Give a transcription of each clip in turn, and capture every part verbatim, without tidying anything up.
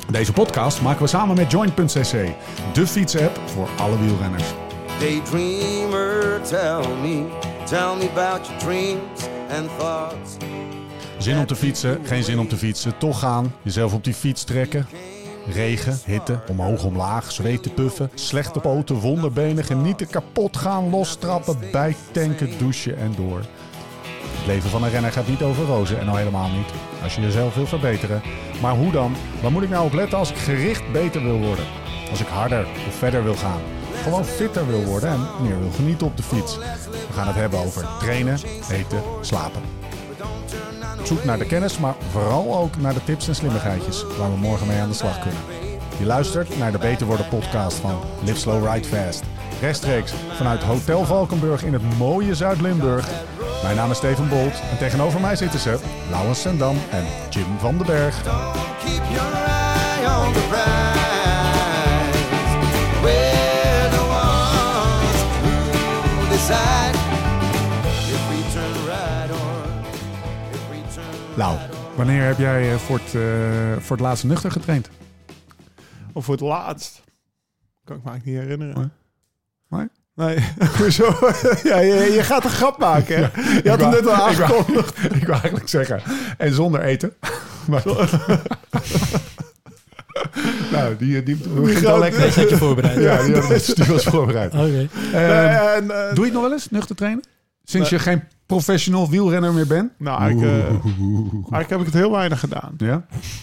Deze podcast maken we samen met Joint punt c c, de fietsapp voor alle wielrenners. Daydreamer, tell me, tell me about your dreams and thoughts. Zin om te fietsen, geen zin om te fietsen, toch gaan, jezelf op die fiets trekken. Regen, hitte, omhoog, omlaag, zweten, puffen, slechte poten, wonderbenen, genieten, kapot gaan, lostrappen, bijtanken, douchen en door. Het leven van een renner gaat niet over rozen en al helemaal niet als je jezelf wil verbeteren. Maar hoe dan? Waar moet ik nou op letten als ik gericht beter wil worden? Als ik harder of verder wil gaan? Gewoon fitter wil worden en meer wil genieten op de fiets. We gaan het hebben over trainen, eten, slapen. Op zoek naar de kennis, maar vooral ook naar de tips en slimmigheidjes waar we morgen mee aan de slag kunnen. Je luistert naar de Beter Worden podcast van Live Slow Ride Fast. Rechtstreeks vanuit Hotel Valkenburg in het mooie Zuid-Limburg. Mijn naam is Steven Bolt en tegenover mij zitten ze Laurens Sendam en Jim van den Berg. Keep your eye on the prize. We're the ones who decide if we turn right or if we turn Lau, wanneer heb jij voor het, uh, voor het laatst nuchter getraind? Of voor het laatst? Kan ik me eigenlijk niet herinneren. Nee? Nee? Nee, hoezo? Ja, je, je gaat een grap maken, hè? Je had hem net al aangekondigd. Ik, ik wou eigenlijk zeggen, en zonder eten. Maar, nou, die, die, die ging wel lekker. Deze had je voorbereid. Ja, die, had, die was voorbereid. Oké. Um, Nee, en, uh, doe je het nog wel eens, nuchter trainen? Sinds Nee. je geen professional wielrenner meer bent? Nou, eigenlijk, uh, eigenlijk heb ik het heel weinig gedaan. Ja?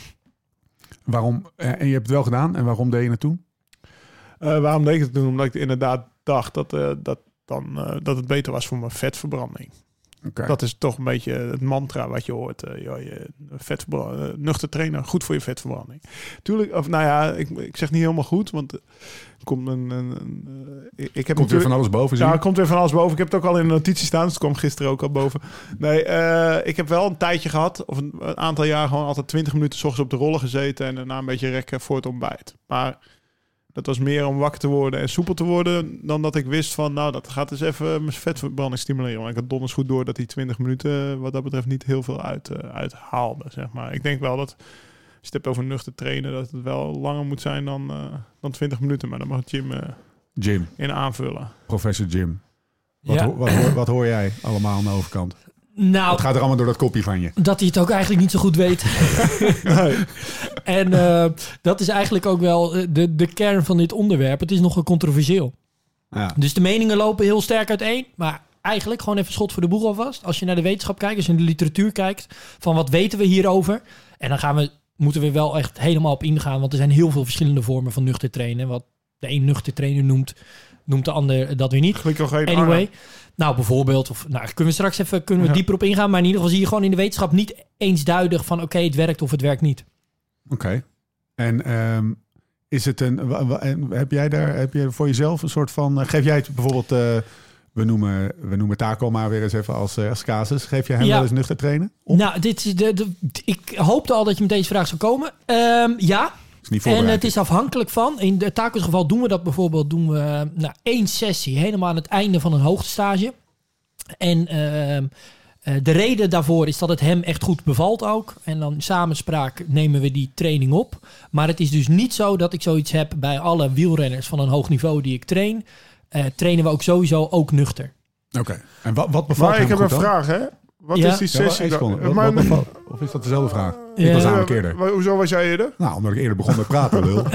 Waarom? eh, En je hebt het wel gedaan. En waarom deed je het toen? Uh, waarom deed ik het doen? Omdat ik inderdaad dacht dat, uh, dat, dan, uh, dat het beter was voor mijn vetverbranding. Okay. Dat is toch een beetje het mantra wat je hoort. Uh, joh, je vetverbra- uh, nuchter trainen, goed voor je vetverbranding. Tuurlijk, of nou ja, ik, ik zeg niet helemaal goed, want er komt een... een, een uh, ik heb Komt weer van alles boven, zie Ja, je? er komt weer van alles boven. Ik heb het ook al in de notitie staan, dus het kwam gisteren ook al boven. Nee, uh, ik heb wel een tijdje gehad, of een, een aantal jaar gewoon altijd twintig minuten 's ochtends op de rollen gezeten en daarna een beetje rekken voor het ontbijt. Maar dat was meer om wakker te worden en soepel te worden dan dat ik wist van, nou, dat gaat dus even mijn vetverbranding stimuleren. Want ik had donders goed door dat die twintig minuten wat dat betreft niet heel veel uit, uh, uithaalde, zeg maar. Ik denk wel dat, als je het hebt over nuchter trainen, dat het wel langer moet zijn dan, uh, dan twintig minuten. Maar dan mag Jim uh, Jim, in aanvullen. professor Jim. Wat, Ja. ho- wat, hoor, wat hoor jij allemaal aan de overkant? Nou, Het gaat er allemaal door dat kopje van je. dat hij het ook eigenlijk niet zo goed weet. Nee. En uh, dat is eigenlijk ook wel uh, de, de kern van dit onderwerp. Het is nogal controversieel. Ja. Dus de meningen lopen heel sterk uiteen. Maar eigenlijk gewoon even schot voor de boeg alvast. Als je naar de wetenschap kijkt, als je naar de literatuur kijkt, van wat weten we hierover? En dan gaan we, moeten we wel echt helemaal op ingaan. Want er zijn heel veel verschillende vormen van nuchter trainen. Wat de een nuchter trainer noemt, noemt de ander dat weer niet. Glycogeen Anyway, arm. nou bijvoorbeeld, of nou kunnen we straks even kunnen we Ja. dieper op ingaan. Maar in ieder geval zie je gewoon in de wetenschap niet eensduidig van oké, het werkt of het werkt niet. Oké. Okay. En um, is het een... wa- wa- en heb jij daar, heb je voor jezelf een soort van... Uh, geef jij het bijvoorbeeld... Uh, we noemen, we noemen Taco maar weer eens even als, uh, als casus. Geef jij hem Ja. wel eens nuchter trainen? Op? Nou, dit is de, de, ik hoopte al dat je met deze vraag zou komen. Um, ja, Is niet en voorbereid. het is afhankelijk van. In de Taco's geval doen we dat bijvoorbeeld doen we nou, één sessie helemaal aan het einde van een hoogtestage. En uh, uh, de reden daarvoor is dat het hem echt goed bevalt ook. En dan in samenspraak nemen we die training op. Maar het is dus niet zo dat ik zoiets heb bij alle wielrenners van een hoog niveau die ik train. Uh, trainen we ook sowieso ook nuchter. Oké. Okay. En wat, wat bevalt Maar hem ik heb goed een dan? vraag, hè? Wat Ja. is die Ja, wel, sessie één seconde. dan? Wat, Maar- wat bevalt, of is dat dezelfde vraag? Ja. Ik was Eh, namelijk eerder. wa- Hoezo was jij eerder? Nou, omdat ik eerder begon met praten, lul.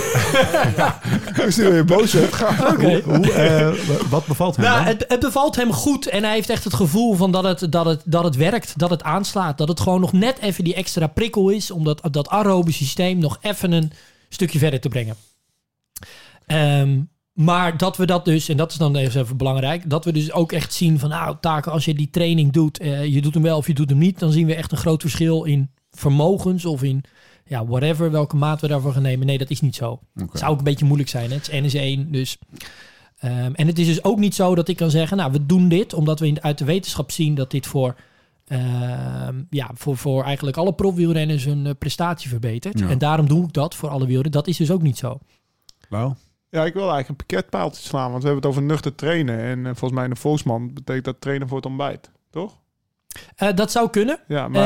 Is hij weer boos? Hè? Ga- Oké. Hoe, uh, wat bevalt hem Nou, dan? het, het bevalt hem goed en hij heeft echt het gevoel van dat het, dat, het, dat het werkt, dat het aanslaat. Dat het gewoon nog net even die extra prikkel is om dat, dat aerobe systeem nog even een stukje verder te brengen. Um, maar dat we dat dus, en dat is dan even belangrijk, dat we dus ook echt zien van, nou Taco, als je die training doet, uh, je doet hem wel of je doet hem niet, dan zien we echt een groot verschil in vermogens of in, ja, whatever, welke maat we daarvoor gaan nemen. Nee, dat is niet zo. Okay. Het zou ook een beetje moeilijk zijn, hè? Het is N is één, dus... Um, en het is dus ook niet zo dat ik kan zeggen, nou, we doen dit omdat we in, uit de wetenschap zien dat dit voor, uh, ja, voor, voor eigenlijk alle profwielrenners hun uh, prestatie verbetert. Ja. En daarom doe ik dat voor alle wielrenners. Dat is dus ook niet zo. Wel? Ja, ik wil eigenlijk een pakketpaaltje slaan, want we hebben het over nuchter trainen. En uh, volgens mij in de Volksman betekent dat trainen voor het ontbijt, toch? Uh, dat zou kunnen. Ja, maar Uh,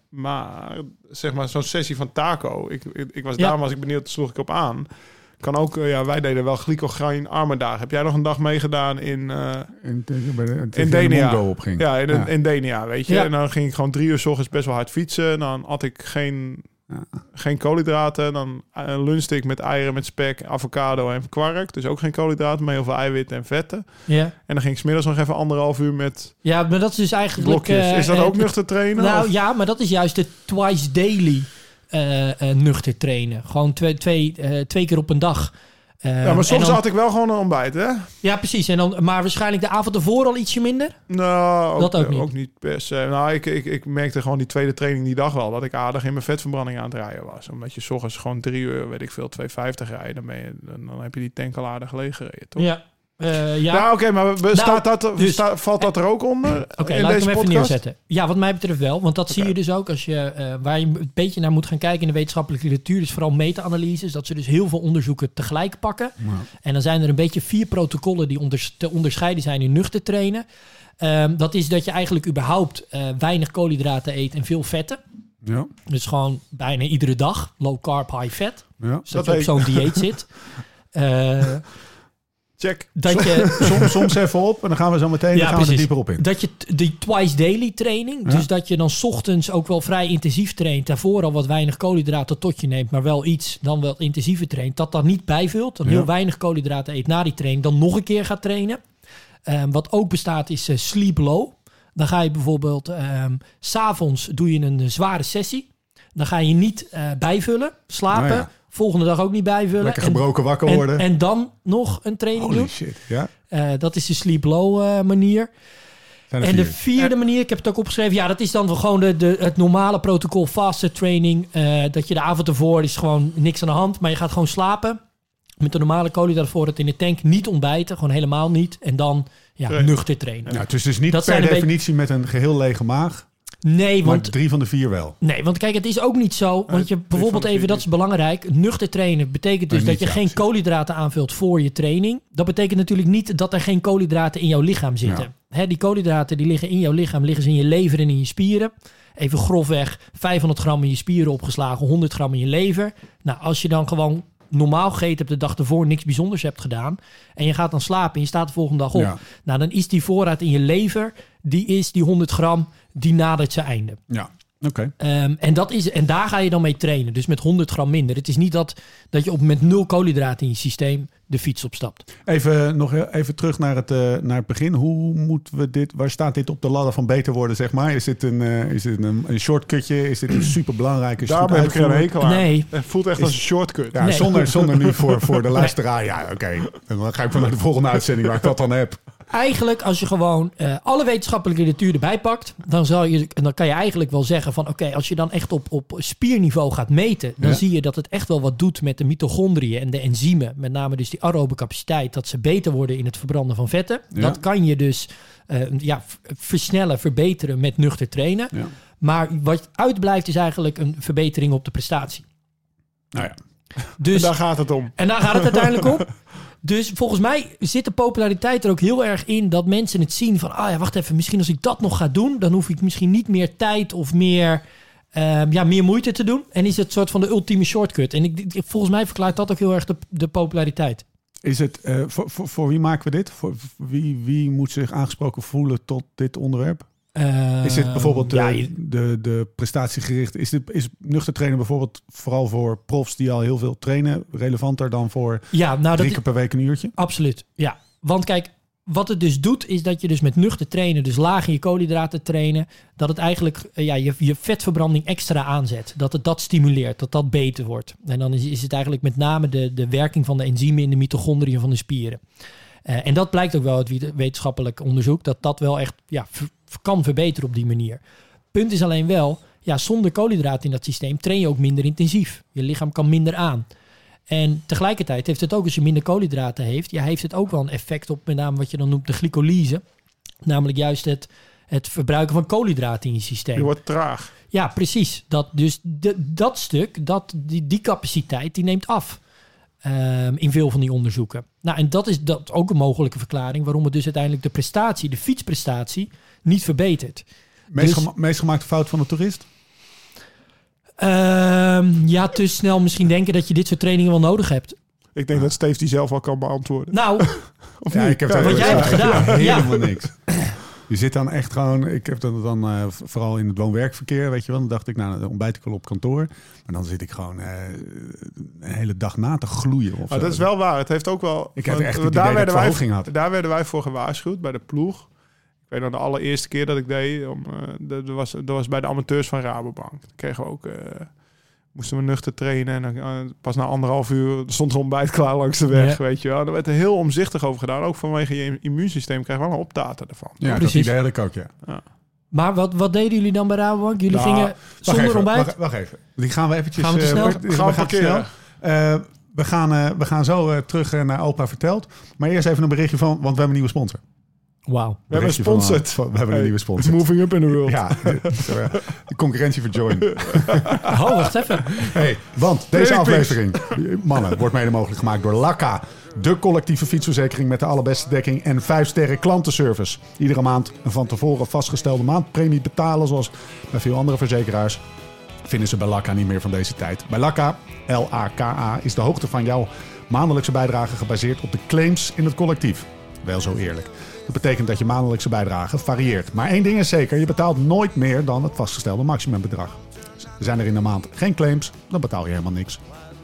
Maar zeg maar zo'n sessie van Taco. Ik, ik, ik was Ja. daar, was ik benieuwd, sloeg ik op aan. Kan ook, uh, ja, wij deden wel glycogeen arme dagen. Heb jij nog een dag meegedaan in... Uh, In, bij de, in Denia. opging. Ja, in, Ja. in Denia, weet je. Ja. En dan ging ik gewoon drie uur 's ochtends best wel hard fietsen. Dan had ik geen, Ja. geen koolhydraten. Dan uh, lunchte ik met eieren, met spek, avocado en kwark. Dus ook geen koolhydraten, maar heel veel eiwitten en vetten. Ja. En dan ging ik 's middags nog even anderhalf uur met ja, maar dat is dus eigenlijk... blokjes. eh, Is dat eh, ook nuchter trainen? Nou of? ja, maar dat is juist de twice daily uh, uh, nuchter trainen. Gewoon twee, twee, uh, twee keer op een dag. Uh, Ja, maar soms dan, had ik wel gewoon een ontbijt, hè? Ja, precies. En dan, maar waarschijnlijk de avond ervoor al ietsje minder. Nou, ook, Dat ook ook niet. niet. per se. Nou, ik, ik, ik merkte gewoon die tweede training die dag wel... dat ik aardig in mijn vetverbranding aan het rijden was. Omdat je 's ochtends gewoon drie uur, weet ik veel, twee vijftig rijden. Dan, ben je, dan, dan heb je die tank al aardig leeg gereden, toch? Ja. Uh, ja. Ja, oké, maar bestaat Nou, dat, dus- sta- valt dat er ook onder Oké, in laat ik deze hem even podcast? neerzetten. Ja, wat mij betreft wel. Want dat Oké. zie je dus ook als je, uh, waar je een beetje naar moet gaan kijken in de wetenschappelijke literatuur. Dus vooral meta-analyses. Dat ze dus heel veel onderzoeken tegelijk pakken. Ja. En dan zijn er een beetje vier protocollen die onders- te onderscheiden zijn in nuchter trainen. Um, dat is dat je eigenlijk überhaupt uh, weinig koolhydraten eet en veel vetten. Ja. Dus gewoon bijna iedere dag. Low carb, high fat. Ja. Dus dat, Dat je op heet- zo'n dieet zit. Uh, Check. dat je... Soms, soms even op en dan gaan we zo meteen Ja, dan gaan we er precies. dieper op in. Dat je t- die twice daily training, Ja. dus dat je dan 's ochtends ook wel vrij intensief traint, daarvoor al wat weinig koolhydraten tot je neemt, maar wel iets, dan wel intensiever traint, dat dat niet bijvult, dan Ja. heel weinig koolhydraten eet na die training, dan nog een keer gaat trainen. Um, wat ook bestaat is uh, sleep low. Dan ga je bijvoorbeeld, um, 's avonds doe je een uh, zware sessie. Dan ga je niet uh, bijvullen, slapen. Nou ja. Volgende dag ook niet bijvullen. Lekker En- gebroken wakker en, worden. en dan nog een training Holy doen. shit. Ja. Uh, dat is de sleep low uh, manier. Zijn er En de vier. vierde manier, ik heb het ook opgeschreven. Ja, dat is dan gewoon de, de, het normale protocol fasted training. Uh, dat je de avond ervoor is gewoon niks aan de hand. Maar je gaat gewoon slapen. Met de normale koolhydraten in de tank. Niet ontbijten, gewoon helemaal niet. En dan ja, Trainen. nuchter trainen. Ja, het is dus niet Dat per zijn een definitie met een geheel lege maag. Nee, Maar want, drie van de vier wel. nee, want kijk, het is ook niet zo. Want je van bijvoorbeeld de even, vier dat is belangrijk. Nuchter trainen betekent dus Nee, dat niet, je ja, geen precies. koolhydraten aanvult voor je training. Dat betekent natuurlijk niet dat er geen koolhydraten in jouw lichaam zitten. Hè, die koolhydraten die liggen in jouw lichaam, liggen ze in je lever en in je spieren. Even grofweg vijfhonderd gram in je spieren opgeslagen, honderd gram in je lever. Nou, als je dan gewoon normaal gegeten hebt de dag ervoor, niks bijzonders hebt gedaan, en je gaat dan slapen en je staat de volgende dag op, Ja. nou, dan is die voorraad in je lever, die is die honderd gram, die nadert zijn einde. Ja, oké. Um, en, dat is, en daar ga je dan mee trainen. Dus met honderd gram minder. Het is niet dat, dat je op met nul koolhydraten in je systeem de fiets opstapt. Even nog heel- even terug naar het, uh, naar het begin. Hoe moeten we dit? Waar staat dit op de ladder van beter worden, zeg maar? Is dit een, uh, is dit een, een shortcutje? Is dit een superbelangrijke? Daar heb ik er een hekel aan. Nee. Het voelt echt Is- als een shortcut. Ja, Nee. zonder, zonder nu voor, voor de luisteraar. Ja, oké. Dan ga ik van naar de volgende uitzending waar ik dat dan heb. Eigenlijk, als je gewoon uh, alle wetenschappelijke literatuur erbij pakt, dan, zal je, dan kan je eigenlijk wel zeggen van oké, okay, als je dan echt op, op spierniveau gaat meten, dan Ja. zie je dat het echt wel wat doet met de mitochondriën en de enzymen. Met name dus die aerobe capaciteit, dat ze beter worden in het verbranden van vetten. Ja. Dat kan je dus uh, ja, v- versnellen, verbeteren met nuchter trainen. Ja. Maar wat uitblijft is eigenlijk een verbetering op de prestatie. Nou ja. Dus, Daar gaat het om. en daar gaat het uiteindelijk om. Dus volgens mij zit de populariteit er ook heel erg in dat mensen het zien van, ah ja, wacht even, misschien als ik dat nog ga doen, dan hoef ik misschien niet meer tijd of meer, uh, ja, meer moeite te doen. En is het soort van de ultieme shortcut. En ik, ik, volgens mij verklaart dat ook heel erg de, de populariteit. Is het, uh, voor, voor, voor wie maken we dit? Voor wie, wie moet zich aangesproken voelen tot dit onderwerp? Uh, Is dit bijvoorbeeld de, ja, je- de, de prestatiegericht? Is, dit, is nuchter trainen bijvoorbeeld vooral voor profs die al heel veel trainen relevanter dan voor ja, nou dat drie is, keer per week een uurtje? absoluut. Ja, want kijk, wat het dus doet, is dat je dus met nuchter trainen, dus laag in je koolhydraten trainen, dat het eigenlijk uh, ja, je, je vetverbranding extra aanzet. Dat het dat stimuleert, dat dat beter wordt. En dan is, is het eigenlijk met name de, de werking van de enzymen in de mitochondriën van de spieren. Uh, en dat blijkt ook wel uit wetenschappelijk onderzoek, dat dat wel echt ja, v- kan verbeteren op die manier. Punt is alleen wel, ja, zonder koolhydraten in dat systeem train je ook minder intensief. Je lichaam kan minder aan. En tegelijkertijd heeft het ook, als je minder koolhydraten heeft, ja, heeft het ook wel een effect op met name wat je dan noemt de glycolyse. Namelijk juist het, het verbruiken van koolhydraten in je systeem. Je wordt traag. Ja, precies. Dat, dus de, dat stuk, dat, die, die capaciteit, die neemt af. Um, in veel van die onderzoeken. Nou, en dat is dat ook een mogelijke verklaring waarom het dus uiteindelijk de prestatie, de fietsprestatie, niet verbetert. Meest, Dus- gema- meest gemaakte fout van de toerist? Ehm, ja, te snel misschien denken dat je dit soort trainingen wel nodig hebt. Ik denk dat Steve die zelf al kan beantwoorden. Nou, Of Ja, niet? ik heb Ja, daar- wat jij ja, hebt ik heb gedaan. Helemaal Ja. niks. Je zit dan echt gewoon... Ik heb dat dan uh, vooral in het woon-werkverkeer, weet je wel. Dan dacht ik, nou, dan ontbijt ik wel op kantoor. Maar dan zit ik gewoon uh, een hele dag na te gloeien. Of Maar zo. dat is wel waar. Het heeft ook wel... Ik had want echt het idee daar dat ik werden wij, verhoging had. Daar werden wij voor gewaarschuwd bij de ploeg. Ik weet nog de allereerste keer dat ik deed. Om, uh, dat, was, dat was bij de amateurs van Rabobank. Dan kregen we ook... Uh, moesten we nuchter trainen. En dan, uh, pas na anderhalf uur stond er ontbijt klaar langs de weg. Ja. Weet je wel. Daar werd er heel omzichtig over gedaan. Ook vanwege je immuunsysteem krijg je wel een optaten ervan. Ja, dat Precies. idee had ik ook, ja. Maar wat, wat deden jullie dan bij Rabobank? Jullie Nou, gingen Wacht zonder even, ontbijt? Wacht, wacht even. Die gaan we eventjes... Gaan we te eh, snel? we- Gaan we we gaan te parkeren? snel. Uh, we, gaan, uh, we gaan zo uh, terug uh, naar Opa Vertelt. Maar eerst even een berichtje van... Want we hebben een nieuwe sponsor. Wauw. We hebben een Berichtje van, uh, sponsored. van- we hebben een Hey, nieuwe It's sponsor. moving up in the world. Ja, de concurrentie voor Join. Oh, wacht even. Hey, want deze Tweede aflevering, mannen, wordt mede mogelijk gemaakt door Lakka. De collectieve fietsverzekering met de allerbeste dekking en vijf sterren klantenservice. Iedere maand een van tevoren vastgestelde maandpremie betalen, zoals bij veel andere verzekeraars, vinden ze bij Lakka niet meer van deze tijd. Bij Lakka, L A K A, is de hoogte van jouw maandelijkse bijdrage gebaseerd op de claims in het collectief. Wel zo eerlijk. Dat betekent dat je maandelijkse bijdrage varieert. Maar één ding is zeker, je betaalt nooit meer dan het vastgestelde maximumbedrag. Zijn er in de maand geen claims, dan betaal je helemaal niks.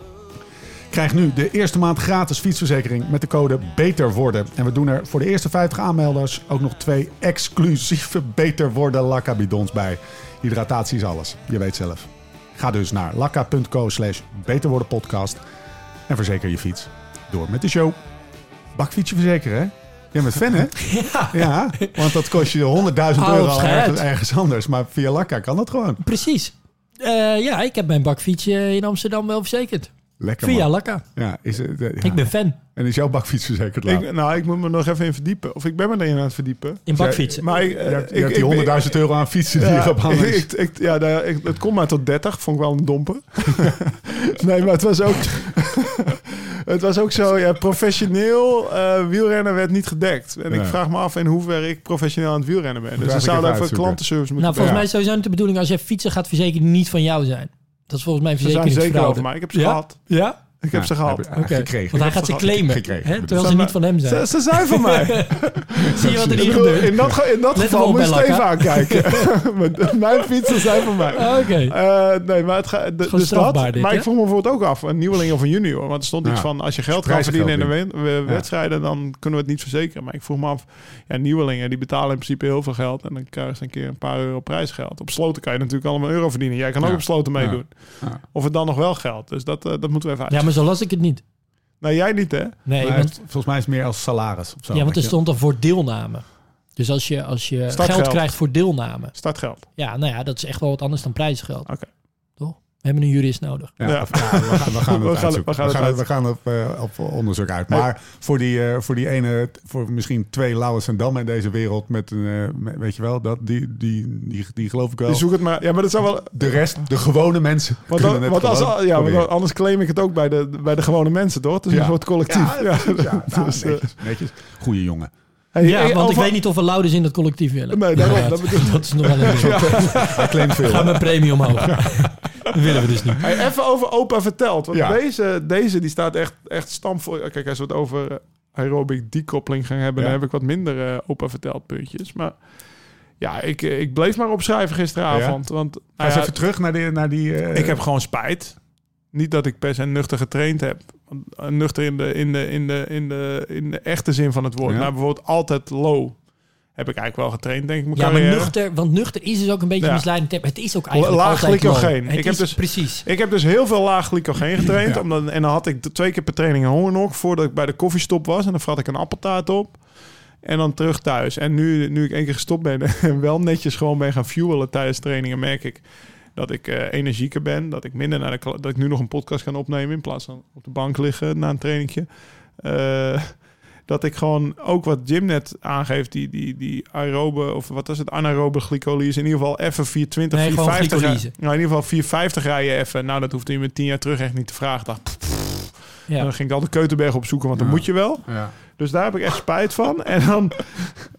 Krijg nu de eerste maand gratis fietsverzekering met de code BETERWORDEN. En we doen er voor de eerste vijftig aanmelders ook nog twee exclusieve Beter Worden Lakka bidons bij. Hydratatie is alles, je weet zelf. Ga dus naar lakka.co slash beterwordenpodcast en verzeker je fiets. Door met de show. Bakfietsje verzekeren, hè? Jij bent fan, hè? Ja, Ja, want dat kost je honderdduizend Hou euro op, schijt. ergens, ergens anders. Maar via Lakka kan dat gewoon. precies. Uh, ja, ik heb mijn bakfietsje in Amsterdam wel verzekerd. Lekker, Via man. Lakka. Ja, is, het, uh, ja. Ik ben fan. En is jouw bakfiets verzekerd, Lau? Ik, nou, ik moet me nog even in verdiepen. Of ik ben me erin aan het verdiepen. In bakfietsen. Maar ik, Je eh, hebt, je ik, hebt die ik- honderdduizend euro aan fietsen die Ja, je op hangen is. ik, ik, ja, nou, ik, het komt maar tot dertig. Vond ik wel een domper. Nee, maar het was ook... het was ook zo, ja, professioneel uh, wielrennen werd niet gedekt. En Ja. ik vraag me af in hoeverre ik professioneel aan het wielrennen ben. Dus Moet ze ik zouden even even uitzoeken. klantenservice moeten Nou, volgens Ja. mij is sowieso niet de bedoeling als jij fietsen gaat verzekeren die niet van jou zijn. Dat is volgens mij Ze zijn zeker verzekeringsfraude. over mij. Ik heb ze Ja? gehad. Ja? Ik heb Ja, ze gehad. heb- Oké. gekregen. Want hij gaat ze claimen, Gekregen. hè, terwijl ze niet van hem zijn. Ze, ze zijn van mij. Zie je wat er Ik hier bedoel, gebeurt? in dat, ge- in dat Let geval hem op moet je bij het even Lakka. aankijken. Mijn- Mijn fietsen zijn van mij. Ah, Oké. Eh, nee, maar het gaat. Gewoon Dus dat. strafbaar dit, Maar hè? ik vroeg me bijvoorbeeld ook af, een nieuweling of een junior. Want er stond iets Ja. van, als je geld kan Prijzengeld verdienen in de in. wen- we- Ja. wedstrijden, dan kunnen we het niet verzekeren. Maar ik vroeg me af, ja, nieuwelingen, die betalen in principe heel veel geld. En dan krijg je een keer een paar euro prijsgeld. Op sloten kan je natuurlijk allemaal euro verdienen. Jij kan ook Ja. op sloten meedoen. Ja. Of het dan nog wel geldt. Dus dat, eh, dat moeten we even uit. Ja, maar zo las ik het niet. Nou, jij niet, hè? Nee, Maar want, het- volgens mij is het meer als salaris. Of zo, ja, want weet er je. stond er voor deelname. Dus als je, als je Startgeld. geld krijgt voor deelname. Startgeld. Ja, nou ja, dat is echt wel wat anders dan prijsgeld. Oké. Toch? We hebben een jurist nodig. Ja, Ja. of- ja, we gaan, we gaan het We gaan- uitzoeken. we gaan We het gaan, we gaan op, eh, op onderzoek uit. Maar voor, die, eh, voor die ene, voor misschien twee Lauwers en Dam in deze wereld met een, eh, met- weet je wel, dat, die, die, die, die geloof ik wel. Die zoek het maar. Ja, maar dat zou wel. De rest, de gewone mensen, Want, kunnen dan, het want als, gewoon ja, want proberen. anders claim ik het ook bij de, bij de gewone mensen, toch? Het is Ja. een soort collectief. Ja, Ja, precies, ja. Nou, Dus, eh, netjes, netjes. Goeie jongen. hey, Ja, hey, want ik over- weet niet of we Louders in het collectief willen. Nee, daarom, Ja, dat bedoel ik. dat is nog wel een ding. Hij claimt veel. Gaan mijn premie omhoog. Dat willen we dus niet. Hey, even over Opa verteld. Want Ja. deze, deze die staat echt, echt stampvol. Kijk, als we het over eh, aerobic decouplling gaan hebben, Ja. dan heb ik wat minder eh, Opa verteld puntjes. Maar ja, ik, eh, ik bleef maar opschrijven gisteravond. Want Ga nou eens ja, even terug naar die... Naar die eh, ik heb gewoon spijt. Niet dat ik per se nuchter getraind heb. Want, eh, Nuchter in de, in, de, in, de, in, de, in de echte zin van het woord. Ja. Maar bijvoorbeeld altijd low. Heb ik eigenlijk wel getraind, denk ik. Mijn Ja, maar carrière. nuchter, want nuchter is dus ook een beetje Ja. een misleidend term. Het is ook eigenlijk Laag altijd glycogeen. low. Het Ik heb is dus- precies. Ik heb dus heel veel laag glycogeen getraind. Ja. Omdat, en dan had ik de- twee keer per training een hongernok voordat ik bij de koffiestop was. En dan vrat ik een appeltaart op. En dan terug thuis. En nu, nu ik één keer gestopt ben en wel netjes gewoon ben gaan fuelen tijdens trainingen, merk ik dat ik eh, energieker ben. Dat ik minder naar de kla- dat ik nu nog een podcast kan opnemen in plaats van op de bank liggen na een trainingje. Eh, dat ik gewoon ook wat Jim net aangeeft, die, die, die aerobe, of wat was het, anaerobe glycolyse, in ieder geval even vierhonderdtwintig, Nee, gewoon vierhonderdvijftig glycolyse. rijden. Nou, in ieder geval vierhonderdvijftig rijden even. Nou, dat hoefde je me tien jaar terug echt niet te vragen. Dacht, pff, Ja. dan ging ik al de Keutenberg opzoeken, want dan Ja. moet je wel. Ja. Dus daar heb ik echt spijt van. En dan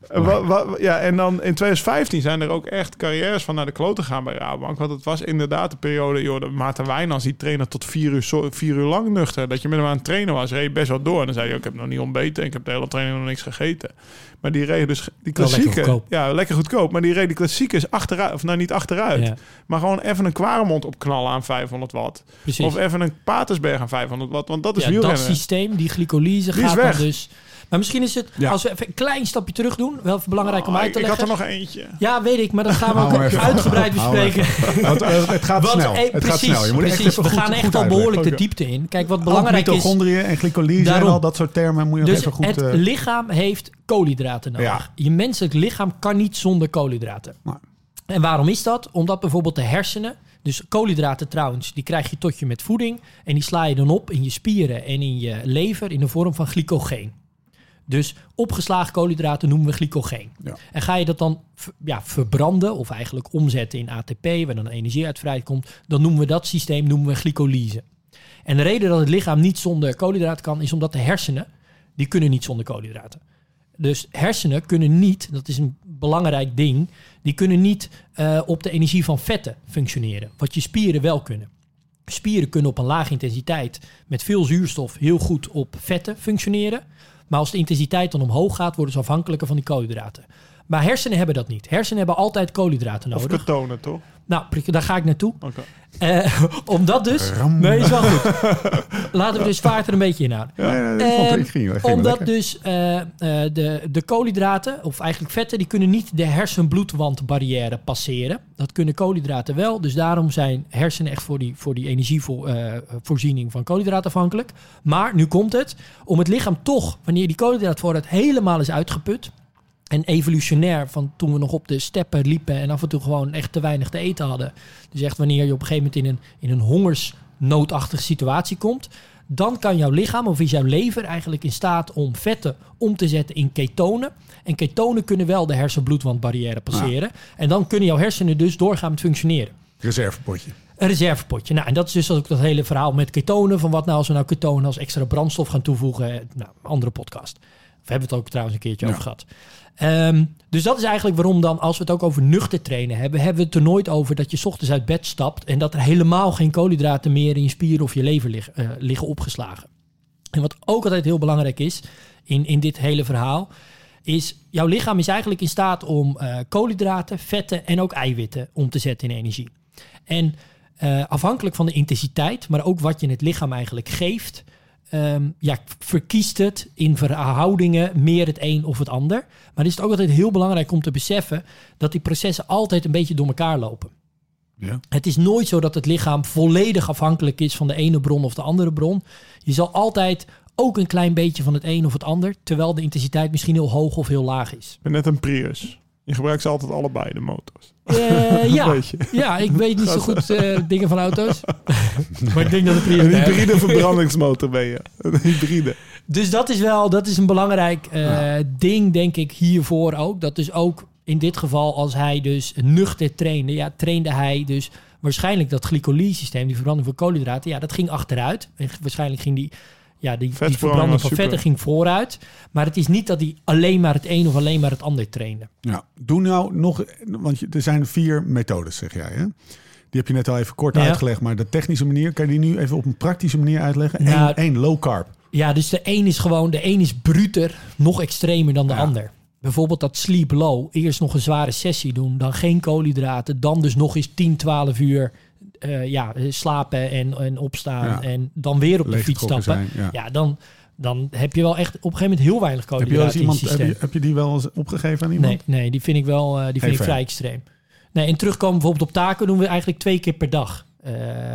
Uh, wa, wa, ja, en dan in twintig vijftien zijn er ook echt carrières van naar de klote gaan bij Rabobank. Want het was inderdaad de periode, joh, de Maarten Wijnands, die trainer tot vier uur, so, vier uur lang nuchter. Dat je met hem aan het trainen was, reed best wel door. En dan zei hij, ik heb nog niet ontbeten, ik heb de hele training nog niks gegeten. Maar die reed dus die klassieke, lekker ja, lekker goedkoop. Maar die reed die klassiekers achteruit, of nou niet achteruit. Ja. Maar gewoon even een Quaremont opknallen aan vijfhonderd watt. Precies. Of even een Patersberg aan vijfhonderd watt, want dat is ja, wielrennen. Dat systeem, die glycolyse die gaat dan dus... Maar misschien is het, ja. als we even een klein stapje terug doen, wel even belangrijk oh, om uit te ik leggen. Ik had er nog eentje. Ja, weet ik, maar dat gaan we ook even uitgebreid bespreken. Want, uh, het gaat Want, snel. Hey, het precies, gaat snel. Je moet precies. Echt we goed, gaan echt al behoorlijk de diepte in. Kijk, wat belangrijk is... Mitochondriën en glycolyse daarom, en al dat soort termen moet je dus even goed... het uh, lichaam heeft koolhydraten nodig. Ja. Je menselijk lichaam kan niet zonder koolhydraten. Nee. En waarom is dat? Omdat bijvoorbeeld de hersenen... Dus koolhydraten trouwens, die krijg je tot je met voeding. En die sla je dan op in je spieren en in je lever in de vorm van glycogeen. Dus opgeslagen koolhydraten noemen we glycogeen. Ja. En ga je dat dan ja, verbranden of eigenlijk omzetten in A T P... waar dan energie uit vrijkomt... dan noemen we dat systeem noemen we glycolyse. En de reden dat het lichaam niet zonder koolhydraten kan... is omdat de hersenen, die kunnen niet zonder koolhydraten. Dus hersenen kunnen niet, dat is een belangrijk ding... die kunnen niet uh, op de energie van vetten functioneren. Wat je spieren wel kunnen. Spieren kunnen op een lage intensiteit... met veel zuurstof heel goed op vetten functioneren... Maar als de intensiteit dan omhoog gaat, worden ze afhankelijker van die koolhydraten. Maar hersenen hebben dat niet. Hersenen hebben altijd koolhydraten nodig. Of ketonen, toch? Nou, daar ga ik naartoe. Okay. Uh, omdat dus... Ram. Nee, is wel goed. Laten we dus vaart er een beetje in houden. Ja, ja, ik vond het, ik ging, ik ging omdat dus uh, uh, de, de koolhydraten, of eigenlijk vetten... die kunnen niet de hersen-bloedwandbarrière passeren. Dat kunnen koolhydraten wel. Dus daarom zijn hersenen echt voor die, voor die energievoorziening van koolhydraten afhankelijk. Maar, nu komt het. Om het lichaam toch, wanneer die koolhydraatvoorraad helemaal is uitgeput... En evolutionair, van toen we nog op de steppen liepen... en af en toe gewoon echt te weinig te eten hadden. Dus echt wanneer je op een gegeven moment in een, in een hongersnoodachtige situatie komt... dan kan jouw lichaam of is jouw lever eigenlijk in staat om vetten om te zetten in ketonen. En ketonen kunnen wel de hersen-bloedwandbarrière passeren. Ja. En dan kunnen jouw hersenen dus doorgaan met functioneren. Reservepotje. Een reservepotje. Nou, en dat is dus ook dat hele verhaal met ketonen. Van wat nou als we nou ketonen als extra brandstof gaan toevoegen. Nou, andere podcast. We hebben het ook trouwens een keertje ja. over gehad. Um, dus dat is eigenlijk waarom dan, als we het ook over nuchter trainen hebben... hebben we het er nooit over dat je 's ochtends uit bed stapt... en dat er helemaal geen koolhydraten meer in je spieren of je lever lig, uh, liggen opgeslagen. En wat ook altijd heel belangrijk is in, in dit hele verhaal... is jouw lichaam is eigenlijk in staat om uh, koolhydraten, vetten en ook eiwitten om te zetten in energie. En uh, afhankelijk van de intensiteit, maar ook wat je het lichaam eigenlijk geeft... Um, ja, verkiest het in verhoudingen meer het een of het ander. Maar is het ook altijd heel belangrijk om te beseffen... dat die processen altijd een beetje door elkaar lopen. Ja. Het is nooit zo dat het lichaam volledig afhankelijk is... van de ene bron of de andere bron. Je zal altijd ook een klein beetje van het een of het ander... terwijl de intensiteit misschien heel hoog of heel laag is. Ik ben net een Prius. Je gebruikt ze altijd allebei, de motors. Uh, ja. ja, ik weet niet zo goed uh, dingen van auto's. Maar ik denk dat het Prius een hybride verbrandingsmotor ben je. Een hybride. Dus dat is wel, dat is een belangrijk uh, ja. ding, denk ik, hiervoor ook. Dat dus ook in dit geval, als hij dus nuchter trainde... ja, trainde hij dus waarschijnlijk dat glycolyse-systeem... die verbranding van koolhydraten, ja, dat ging achteruit. En waarschijnlijk ging die... Ja, die, die verbranding van vetten ging vooruit. Maar het is niet dat hij alleen maar het een of alleen maar het ander trainde. Ja, doe nou nog... Want er zijn vier methodes, zeg jij, hè? Die heb je net al even kort ja. uitgelegd. Maar de technische manier, kan je die nu even op een praktische manier uitleggen? Nou, Eén, één, low carb. Ja, dus de een is gewoon... De een is bruter, nog extremer dan de ja. ander. Bijvoorbeeld dat sleep low. Eerst nog een zware sessie doen. Dan geen koolhydraten. Dan dus nog eens tien, twaalf uur... Uh, ja, slapen en, en opstaan ja. en dan weer op de fiets stappen. Zijn, ja. ja, dan, dan heb je wel echt op een gegeven moment heel weinig koolhydraten in je systeem. Heb je, heb je die wel eens opgegeven aan iemand? Nee, nee die vind ik wel uh, die vind ik vrij extreem. Nee, en terugkomen bijvoorbeeld op taken doen we eigenlijk twee keer per dag. Uh,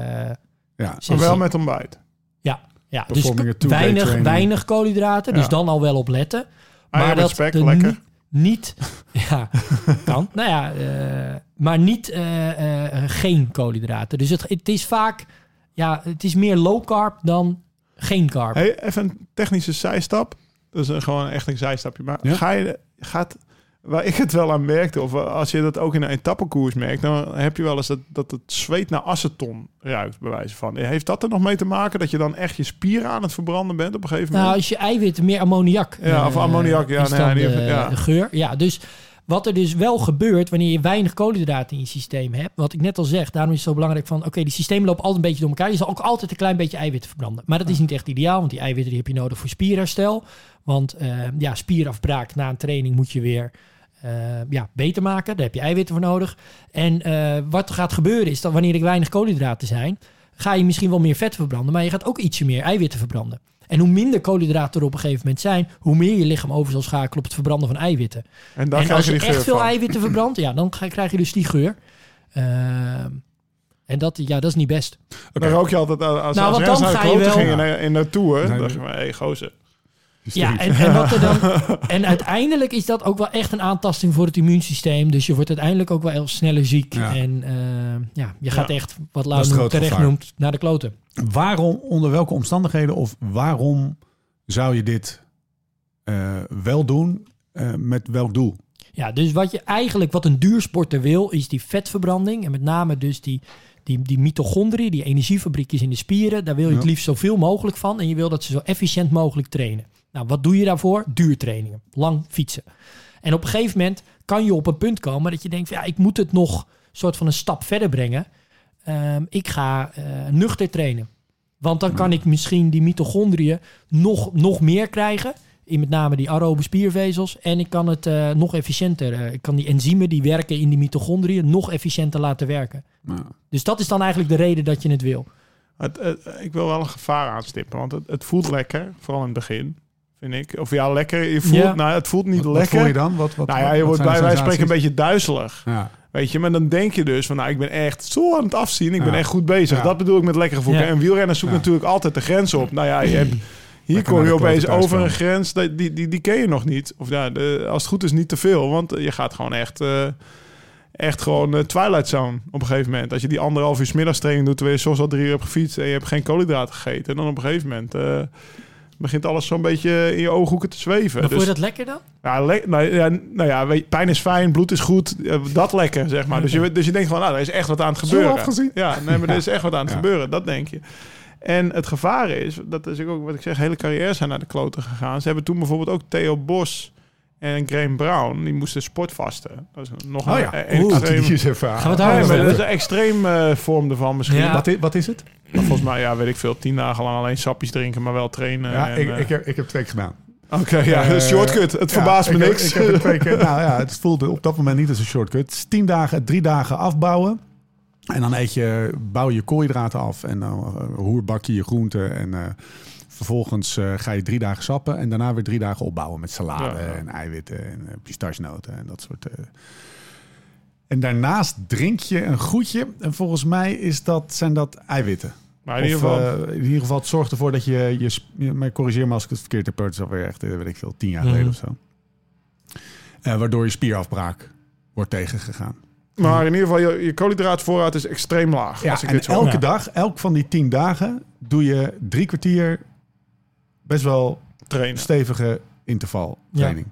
ja, maar wel met ontbijt. Ja, ja dus weinig, weinig koolhydraten, ja. dus dan al wel op letten. Maar ah, dat spek, lekker. Niet, niet ja, kan. Nou ja, uh, maar niet uh, uh, geen koolhydraten. Dus het, het is vaak, ja, het is meer low carb dan geen carb. Hey, even een technische zijstap. Dat is een, gewoon echt een zijstapje. Maar ja? ga je, gaat, waar ik het wel aan merkte, of als je dat ook in een etappekoers merkt, dan heb je wel eens dat, dat het zweet naar aceton ruikt, bij wijze van. Heeft dat er nog mee te maken dat je dan echt je spieren aan het verbranden bent op een gegeven moment? Nou, als je eiwitten meer ammoniak. Ja, of ammoniak, ja, is nee, dan die- de, ja. de geur. Ja, dus wat er dus wel gebeurt wanneer je weinig koolhydraten in je systeem hebt, wat ik net al zeg, daarom is het zo belangrijk van, oké, okay, die systemen lopen altijd een beetje door elkaar. Je zal ook altijd een klein beetje eiwitten verbranden. Maar dat is niet echt ideaal, want die eiwitten die heb je nodig voor spierherstel. Want uh, ja, spierafbraak na een training moet je weer uh, ja, beter maken. Daar heb je eiwitten voor nodig. En uh, wat er gaat gebeuren is dat wanneer er weinig koolhydraten zijn, ga je misschien wel meer vet verbranden, maar je gaat ook ietsje meer eiwitten verbranden. En hoe minder koolhydraten er op een gegeven moment zijn, hoe meer je lichaam over zal schakelen op het verbranden van eiwitten. En, dan en krijg als je je die echt geur veel van. eiwitten verbrandt, ja, dan ga- krijg je dus die geur. Uh, en dat, ja, dat is niet best. Dan rook je altijd als, als Nou, als want renners dan naar de ga je kloten wel- gingen in, in de Tour. Nee, Dan dacht je, hé, hey, gozer. Ja, en, en, wat er dan, en uiteindelijk is dat ook wel echt een aantasting voor het immuunsysteem. Dus je wordt uiteindelijk ook wel heel sneller ziek. Ja. En uh, ja, je gaat Ja. echt, wat Dat Lau is het noemt, grote terecht gevaar. noemt, naar de kloten. Waarom, onder welke omstandigheden of waarom zou je dit uh, wel doen? Uh, met welk doel? Ja, dus wat je eigenlijk, wat een duursporter wil, is die vetverbranding. En met name dus die, die, die mitochondriën, die energiefabriekjes in de spieren. Daar wil je het Ja. liefst zoveel mogelijk van. En je wil dat ze zo efficiënt mogelijk trainen. Nou, wat doe je daarvoor? Duurtrainingen. Lang fietsen. En op een gegeven moment kan je op een punt komen dat je denkt, ja, ik moet het nog soort van een stap verder brengen. Um, ik ga uh, nuchter trainen. Want dan kan ik misschien die mitochondriën nog, nog meer krijgen. In met name die aerobe spiervezels. En ik kan het uh, nog efficiënter. Uh, ik kan die enzymen die werken in die mitochondriën nog efficiënter laten werken. Nou, Dus dat is dan eigenlijk de reden dat je het wil. Het, het, ik wil wel een gevaar aanstippen, want het, het voelt lekker. Vooral in het begin, vind ik. Of ja, lekker. Je voelt, Ja. nou, het voelt niet wat, wat lekker. voel je dan? Wat, wat, Nou ja, wat- je wat wordt zijn bij de wijze van spreken een sensaties? beetje duizelig. Ja. Weet je, maar dan denk je dus van, nou, ik ben echt zo aan het afzien. Ik ben Ja. echt goed bezig. Ja. Dat bedoel ik met lekker gevoel. Ja. En wielrenners zoeken Ja. natuurlijk altijd de grens op. Nou ja, je hebt, hier Lekker kom je naar de opeens klote over een thuiskomen. grens, die, die, die, die ken je nog niet. Of ja, de, als het goed is niet te veel. Want je gaat gewoon echt, uh, echt gewoon uh, Twilight Zone op een gegeven moment. Als je die anderhalf uur 's middagstraining doet, terwijl je soms al drie uur hebt gefietst en je hebt geen koolhydraten gegeten. En dan op een gegeven moment uh, begint alles zo'n beetje in je ooghoeken te zweven. Maar Dus- vond je dat lekker dan? ja, le- nou, ja, nou ja, weet je, pijn is fijn, bloed is goed, eh, dat lekker, zeg maar. Dus je, dus je denkt van, nou, er is echt wat aan het Zo gebeuren. afgezien. Ja, nee, maar er is echt wat aan het Ja. gebeuren, dat denk je. En het gevaar is, dat is ook wat ik zeg, hele carrières zijn naar de kloten gegaan. Ze hebben toen bijvoorbeeld ook Theo Bos en Graham Brown, die moesten sportvasten. Dat is nog Oh een, ja, een Oeh, extreem... die is even aan. Gaan we het Nee, daar maar over dat is hebben? een extreem eh, vorm ervan misschien. Ja. Wat, is, wat is het? Maar volgens mij, ja, weet ik veel, tien dagen lang alleen sapjes drinken, maar wel trainen. Ja, en, ik, eh, ik, heb, ik heb twee keer gedaan. Oké, ja, Eh, shortcut. Het ja, verbaast me ik heb- niks. Ik heb het twee keer. Nou ja, het voelde op dat moment niet als een shortcut. Het is tien dagen, drie dagen afbouwen. En dan eet je, bouw je koolhydraten af. En dan uh, roerbak je je groenten. En uh, vervolgens uh, ga je drie dagen sappen. En daarna weer drie dagen opbouwen met salade Ja, ja. en eiwitten en uh, pistachenoten en dat soort. Uh. En daarnaast drink je een goedje. En volgens mij is dat, zijn dat eiwitten. Maar in ieder Of, geval... uh, in ieder geval, het zorgt ervoor dat je... je sp- maar corrigeer me als ik het verkeerd heb. Het is alweer echt, uh, weet ik veel, tien jaar geleden Mhm. of zo. Uh, waardoor je spierafbraak wordt tegengegaan. Maar in ieder geval, je, je koolhydraatvoorraad is extreem laag. Ja, als ik en dit zo elke hoor. dag, elk van die tien dagen... doe je drie kwartier best wel trainen. stevige intervaltraining.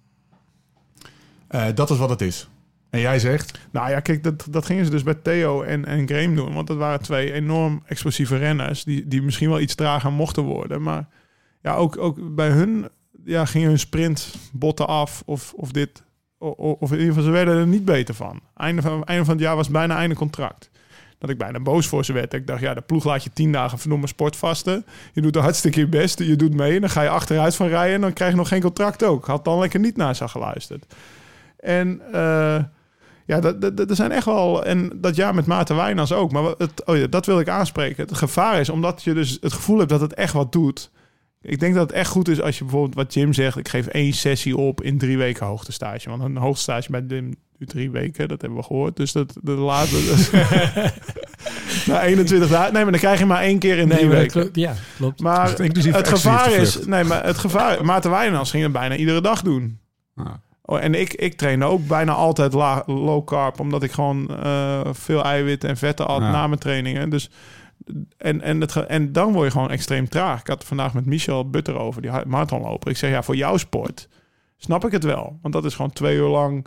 Uh, dat is wat het is. En jij zegt... Nou ja, kijk, dat, dat gingen ze dus bij Theo en, en Graham doen. Want dat waren twee enorm explosieve renners... die, die misschien wel iets trager mochten worden. Maar ja, ook, ook bij hun ja, gingen hun sprintbotten af of, of dit... Of, of in ieder geval, ze werden er niet beter van. Einde van, einde van het jaar was bijna einde contract. Dat ik bijna boos voor ze werd. Ik dacht, ja, de ploeg laat je tien dagen verdomme sportvasten. Je doet er hartstikke je best. Je doet mee. En dan ga je achteruit van rijden. En dan krijg je nog geen contract ook. Had dan lekker niet naar ze geluisterd. En uh, ja, dat, dat, dat zijn echt wel... En dat jaar met Maarten Wijnands ook. Maar het, oh ja, dat wil ik aanspreken. Het gevaar is, omdat je dus het gevoel hebt dat het echt wat doet... Ik denk dat het echt goed is als je bijvoorbeeld wat Jim zegt... ik geef één sessie op in drie weken hoogtestage. Want een hoogtestage bij Jim duurt drie weken. Dat hebben we gehoord. Dus dat de laatste... Na eenentwintig dagen... Nee, maar dan krijg je maar één keer in drie Nee, maar dat weken. klopt. Ja, klopt. Maar Dus inclusief het exclusief gevaar de is... vlucht. Nee, maar het gevaar... Maarten Wijnands ging het bijna iedere dag doen. Ah. Oh, en ik, ik trainde ook bijna altijd la, low carb... omdat ik gewoon uh, veel eiwitten en vetten had Ja. na mijn trainingen. Dus... En, en, het, en dan word je gewoon extreem traag. Ik had het vandaag met Michel Butter over, die marathonloper. Ik zeg, ja, voor jouw sport snap ik het wel. Want dat is gewoon twee uur lang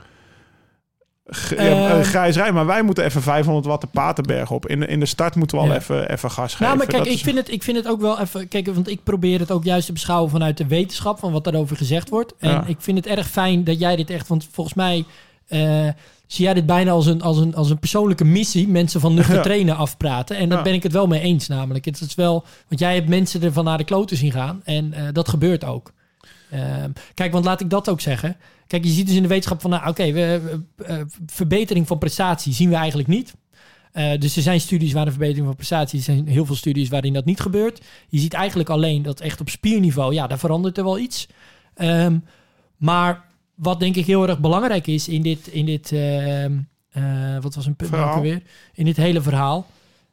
g- Uh, ja, uh, grijs rijden. Maar wij moeten even vijfhonderd watt de Paterberg op. In de, in de start moeten we al Ja. even, even gas geven. Nou, maar kijk, Dat ik is- vind, het, ik vind het ook wel even... Kijk, want ik probeer het ook juist te beschouwen vanuit de wetenschap... van wat daarover gezegd wordt. En Ja. ik vind het erg fijn dat jij dit echt... Want volgens mij uh, zie jij dit bijna als een, als, een, als een persoonlijke missie... mensen van nuchter Ja. trainen afpraten. En daar Ja. ben ik het wel mee eens namelijk. Het is wel... Want jij hebt mensen ervan naar de kloten zien gaan. En uh, dat gebeurt ook. Um, kijk, want laat ik dat ook zeggen. Kijk, je ziet dus in de wetenschap van... Nou, oké, okay, we, uh, verbetering van prestatie zien we eigenlijk niet. Uh, dus er zijn studies waar een verbetering van prestatie... Er zijn heel veel studies waarin dat niet gebeurt. Je ziet eigenlijk alleen dat echt op spierniveau... Ja, daar verandert er wel iets. Um, maar wat denk ik heel erg belangrijk is in dit... In dit uh, uh, wat was een punt Verhaal. ook weer? In dit hele verhaal...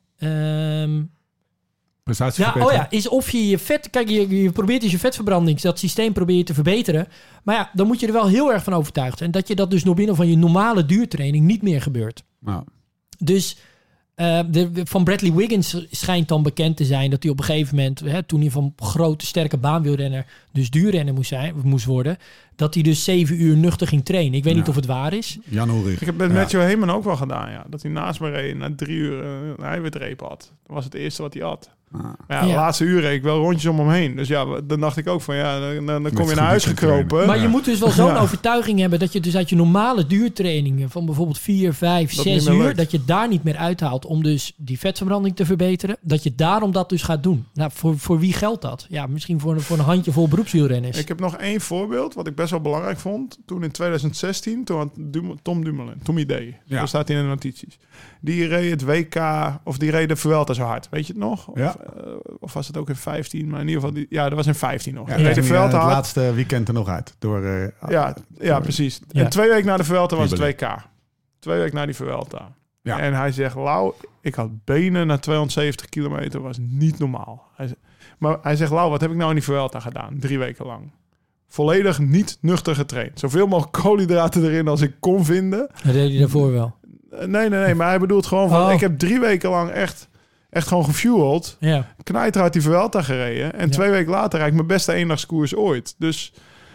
Um, Ja, Prestatieverbetering. oh ja, is of je je vet... Kijk, je, je probeert dus je vetverbranding, dat systeem probeer je te verbeteren. Maar ja, dan moet je er wel heel erg van overtuigd zijn... dat je dat dus door middel van je normale duurtraining niet meer gebeurt. Nou, Dus uh, de, van Bradley Wiggins schijnt dan bekend te zijn... dat hij op een gegeven moment, hè, toen hij van grote, sterke baanwielrenner... dus duurrenner moest, zijn, moest worden... dat hij dus zeven uur nuchter ging trainen. Ik weet Ja. niet of het waar is. Jan Ulrich. Ik heb met Ja. Matthew Heyman ook wel gedaan, ja. Dat hij naast me reed en na drie uur uh, een eiwitreep had. Dat was het eerste wat hij had. Ah. Maar ja, de Ja. laatste uur reed ik wel rondjes om hem heen. Dus ja, dan dacht ik ook van ja, dan, dan dan kom je goed naar huis weekend gekropen. trainen. Maar Ja. je moet dus wel zo'n Ja. overtuiging hebben... dat je dus uit je normale duurtrainingen... van bijvoorbeeld vier, vijf, Dat zes niet meer uur... lukt. dat je daar niet meer uithaalt om dus die vetverbranding te verbeteren. Dat je daarom dat dus gaat doen. Nou, voor, voor wie geldt dat? Ja, misschien voor, een- voor een handjevol beroepswielrenners. Ik heb nog één voorbeeld wat ik best wel belangrijk vond. Toen in twintig zestien, toen had Dum- Tom Dumoulin, Tommy D. Ja. Daar staat hij in de notities. Die reed het W K, of die reed de Vuelta zo hard. Weet je het nog? Of, Ja. uh, of was het ook in vijftien? Maar in ieder geval, die, ja, dat was in vijftien nog. Ja, Hij reed de ging, eh, Vuelta het hard. laatste weekend er nog uit. Door, uh, Ja, ja, precies. Ja. En twee weken na de Vuelta was het W Nibali. K. Twee weken na die Vuelta. Ja. En hij zegt, Lau, ik had benen na tweehonderdzeventig kilometer, was niet normaal. Hij zegt, maar hij zegt, Lau, wat heb ik nou in die Vuelta gedaan? Drie weken lang. Volledig niet nuchter getraind. Zoveel mogelijk koolhydraten erin als ik kon vinden. Dat deed hij daarvoor wel. Eh, Nee, nee, nee. Maar hij bedoelt gewoon van, Oh. ik heb drie weken lang echt, echt gewoon gefueled. Ja. Knijterhard die Vuelta gereden. En Ja. twee weken later rijd ik mijn beste eendagskoers ooit. Dus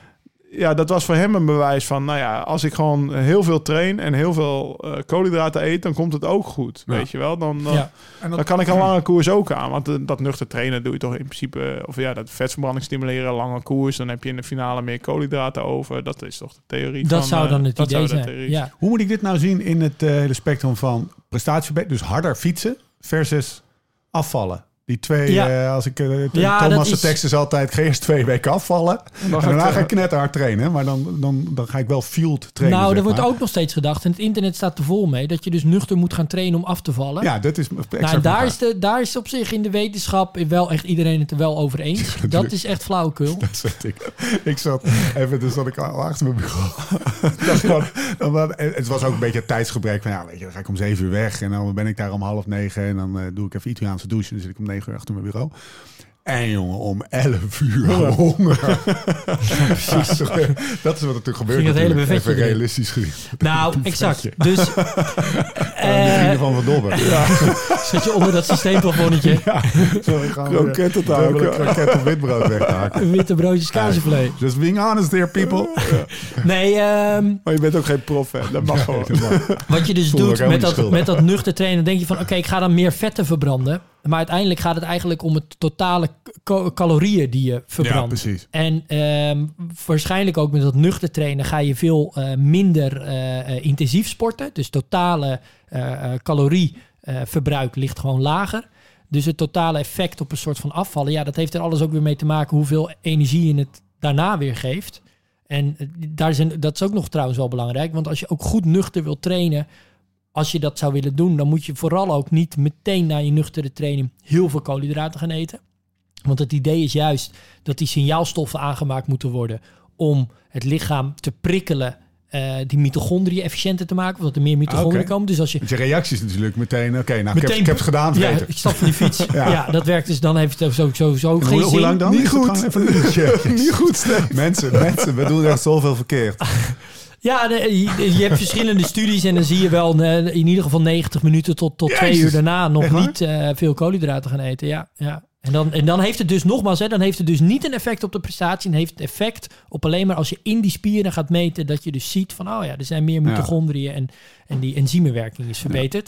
ja, dat was voor hem een bewijs van... nou ja, als ik gewoon heel veel train en heel veel uh, koolhydraten eet... dan komt het ook goed, Ja. weet je wel. Dan, dan, Ja. En dan kan ik een lange koers ook aan. Want uh, dat nuchter trainen doe je toch in principe... of ja, dat vetverbranding stimuleren, lange koers... dan heb je in de finale meer koolhydraten over. Dat is toch de theorie Dat van... zou uh, dan het dat idee zou de zijn. theorie Ja. Hoe moet ik dit nou zien in het uh, hele spectrum van prestatieverbetering? Dus harder fietsen versus afvallen. Die twee, Ja. uh, als ik uh, Ja, dat Thomas' is- tekst is altijd, ga eerst twee weken afvallen. En, ga ik, daarna uh, ga ik knetterhard trainen. Maar dan, dan, dan ga ik wel field trainen. Nou, zeg er wordt maar. ook nog steeds gedacht... en het internet staat er vol mee... dat je dus nuchter moet gaan trainen om af te vallen. Ja, dat is exact Nou, daar waar. is, de, daar is op zich in de wetenschap wel echt iedereen het er wel over eens. Dat is echt flauwekul. Dat zat ik. Ik zat even, dus zat ik al achter mijn bureau. Ik dacht gewoon, dan, dan- het was ook een beetje het tijdsgebrek. Van, ja, weet je, dan ga ik om zeven uur weg. En dan ben ik daar om half negen. En dan uh, doe ik even Italiaanse douche. En dan zit ik om negen uur achter mijn bureau. En jongen, om elf uur honger. Precies. Dat is wat er natuurlijk gebeurt. Ging het hele natuurlijk. buffetje Even erin. realistisch gezien. Nou, exact. Dus De vrienden eh van Van Dobber. zit je onder dat systeemplafonnetje. Zo, we gaan Kroketten te weer dubbele haken. kroket op witbrood weg te haken. Witte broodjes kaasvlees. Just being honest here, people. Nee, ehm, Maar je bent ook geen prof, hè? Dat mag gewoon. wat je dus Voel me ook doet helemaal met niet dat, schuldig. met dat nuchter trainen... denk je van, oké, ik ga dan meer vetten verbranden. Maar uiteindelijk gaat het eigenlijk om het totale k- calorieën die je verbrandt. Ja, precies. En ehm, waarschijnlijk ook met dat nuchter trainen ga je veel uh, minder uh, uh, intensief sporten. Dus totale uh, uh, calorieverbruik ligt gewoon lager. Dus het totale effect op een soort van afvallen... ja, dat heeft er alles ook weer mee te maken... hoeveel energie je het daarna weer geeft. En uh, daar zijn, dat is ook nog trouwens wel belangrijk. Want als je ook goed nuchter wil trainen... als je dat zou willen doen... dan moet je vooral ook niet meteen na je nuchtere training... heel veel koolhydraten gaan eten. Want het idee is juist dat die signaalstoffen aangemaakt moeten worden... om het lichaam te prikkelen... Uh, die mitochondriën efficiënter te maken, omdat er meer mitochondriën Ah, oké. komen. Dus als je Want je reacties natuurlijk meteen... Oké, nou, ik, meteen heb, ik heb het gedaan, ja, vergeten. ik stap van die fiets. ja. Ja. dat werkt dus. Dan heeft het sowieso sowieso En geen hoe, zin. hoe lang dan? Niet Is het goed. gewoon even een uurtje? Niet goed, Steve. Mensen, mensen, we doen echt zoveel verkeerd. Ja, de, je, je hebt verschillende studies en dan zie je wel uh, in ieder geval negentig minuten tot, tot twee Jezus. uur daarna nog Echt waar? niet uh, veel koolhydraten gaan eten. Ja, ja. En dan, en dan heeft het dus nogmaals, hè, dan heeft het dus niet een effect op de prestatie. Dan heeft het effect op alleen maar als je in die spieren gaat meten, dat je dus ziet van, oh ja, er zijn meer mitochondriën ja. en, en die enzymwerking is verbeterd.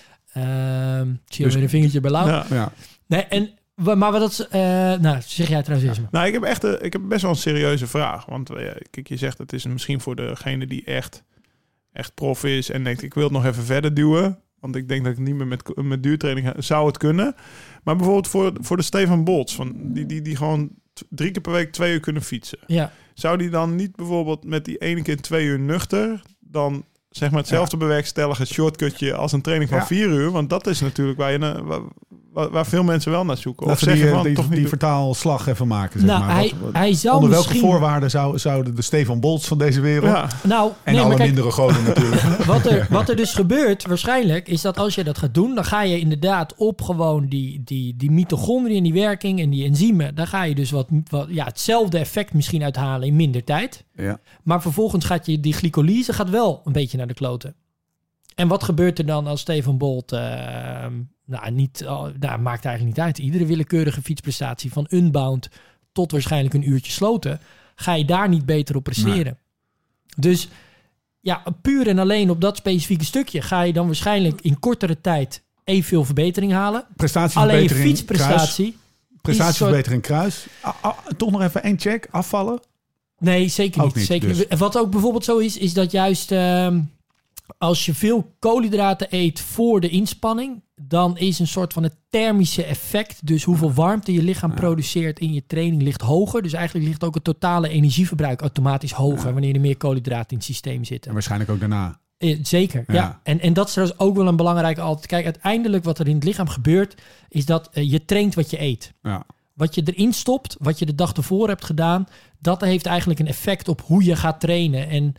Ja. Um, zie je dus, weer een vingertje bij Lau. Ja. Ja. Nee, en, maar wat dat, uh, nou, zeg jij trouwens eens. Ja. Nou, ik heb echt, een, ik heb best wel een serieuze vraag. Want uh, kijk, je zegt het is misschien voor degene die echt, echt prof is en denkt, ik wil het nog even verder duwen. Want ik denk dat ik niet meer met, met duurtraining ga, zou het kunnen. Maar bijvoorbeeld voor, voor de Stefan Bolts, van die, die, die gewoon t- drie keer per week twee uur kunnen fietsen. Ja. Zou die dan niet bijvoorbeeld met die ene keer twee uur nuchter dan zeg maar hetzelfde ja. bewerkstelligen shortcutje als een training van ja. vier uur? Want dat is natuurlijk waar, je, waar, waar, waar veel mensen wel naar zoeken. Of zeggen die, van, die, toch die niet vertaalslag even maken. Zeg nou, maar. hij, wat, hij zou onder welke misschien... voorwaarden zou, zouden de Stefan Bolts van deze wereld... Ja. Nou, en nee, alle kijk, mindere goden natuurlijk. Wat er, wat er dus gebeurt waarschijnlijk is dat als je dat gaat doen, dan ga je inderdaad op gewoon die, die, die mitochondriën en die werking en die enzymen. Daar ga je dus wat, wat ja, hetzelfde effect misschien uithalen in minder tijd. Ja. Maar vervolgens gaat je die glycolyse gaat wel een beetje naar de kloten. En wat gebeurt er dan als Stefan Bolt... Uh, nou, niet, uh, nou, maakt eigenlijk niet uit. Iedere willekeurige fietsprestatie van unbound tot waarschijnlijk een uurtje sloten, ga je daar niet beter op presteren. Nee. Dus ja, puur en alleen op dat specifieke stukje ga je dan waarschijnlijk in kortere tijd evenveel verbetering halen. Prestatieverbetering, alleen je fietsprestatie... Kruis. Prestatieverbetering kruis. A, a, toch nog even één check. Afvallen? Nee, zeker niet. niet zeker dus. niet. Wat ook bijvoorbeeld zo is, is dat juist... Uh, als je veel koolhydraten eet voor de inspanning, dan is een soort van het thermische effect, dus hoeveel warmte je lichaam ja. produceert in je training, ligt hoger. Dus eigenlijk ligt ook het totale energieverbruik automatisch hoger ja. wanneer er meer koolhydraten in het systeem zitten. En waarschijnlijk ook daarna. Eh, zeker, ja. ja. En, en dat is trouwens ook wel een belangrijke altijd. Kijk, uiteindelijk wat er in het lichaam gebeurt, is dat uh, je traint wat je eet. Ja. Wat je erin stopt, wat je de dag ervoor hebt gedaan, dat heeft eigenlijk een effect op hoe je gaat trainen. En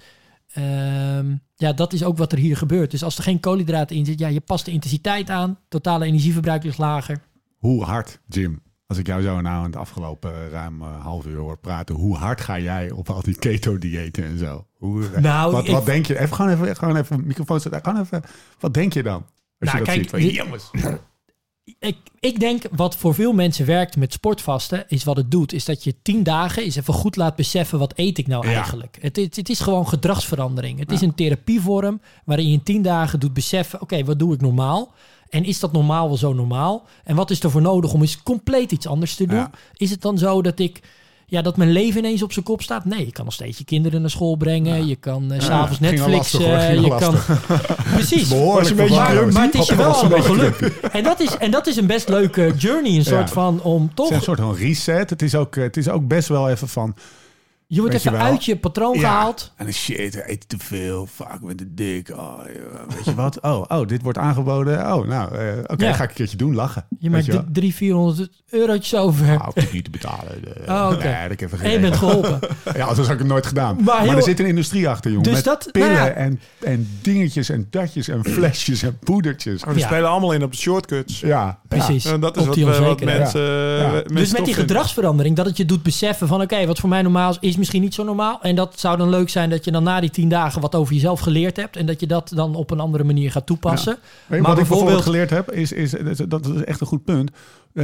Um, ja, dat is ook wat er hier gebeurt. Dus als er geen koolhydraten in zit, ja, je past de intensiteit aan. Totale energieverbruik ligt lager. Hoe hard, Jim, als ik jou zo nou in het afgelopen uh, ruim uh, half uur hoor praten, hoe hard ga jij op al die keto-diëten en zo? Hoe, nou, wat, ik, wat denk je? Even, gewoon even, gewoon even microfoon zetten. Gewoon even, wat denk je dan? Als nou, je dat kijk, ziet? Van, die, jongens. Ik, ik denk wat voor veel mensen werkt met sportvasten, is wat het doet, is dat je tien dagen eens even goed laat beseffen, wat eet ik nou ja. eigenlijk? Het, het, het is gewoon gedragsverandering. Het ja. is een therapievorm waarin je in tien dagen doet beseffen, oké, okay, wat doe ik normaal? En is dat normaal wel zo normaal? En wat is er voor nodig om eens compleet iets anders te doen? Ja. Is het dan zo dat ik... Ja, dat mijn leven ineens op zijn kop staat? Nee, je kan nog steeds je kinderen naar school brengen. Ja. Je kan uh, ja, s'avonds Netflixen. Uh, je kan... Precies. Behoorlijk maar, maar, maar het is je wel allemaal gelukt. En dat, is, en dat is een best leuke journey. Een soort ja. van om toch... Het is een soort van reset. Het is ook, het is ook best wel even van... Je wordt even je uit je patroon ja. gehaald. En dan shit, hij eet te veel. Vaak met de dik. Oh, weet je wat? Oh, oh, dit wordt aangeboden. Oh, nou, uh, oké, okay, ja. ga ik een keertje doen. Lachen. Je maakt d- drie, vierhonderd eurotjes over. Nou, ik niet te betalen. De, oh, oké. Okay. Nee, dat heb ik en je bent geholpen. Ja, anders had ik het nooit gedaan. Maar, maar heel... er zit een industrie achter, jongen. Dus met dat, pillen nou ja. en, en dingetjes en datjes en flesjes en poedertjes. Oh, die ja. spelen allemaal in op de shortcuts. Ja, precies. Ja. En dat is wat, we, wat mensen... Ja. Ja. mensen dus met die gedragsverandering, dat het je doet beseffen van... oké, okay, wat voor mij normaal is, is misschien niet zo normaal. En dat zou dan leuk zijn dat je dan na die tien dagen wat over jezelf geleerd hebt. En dat je dat dan op een andere manier gaat toepassen. Ja. Maar wat ik bijvoorbeeld geleerd heb, is, is, dat is echt een goed punt. Uh,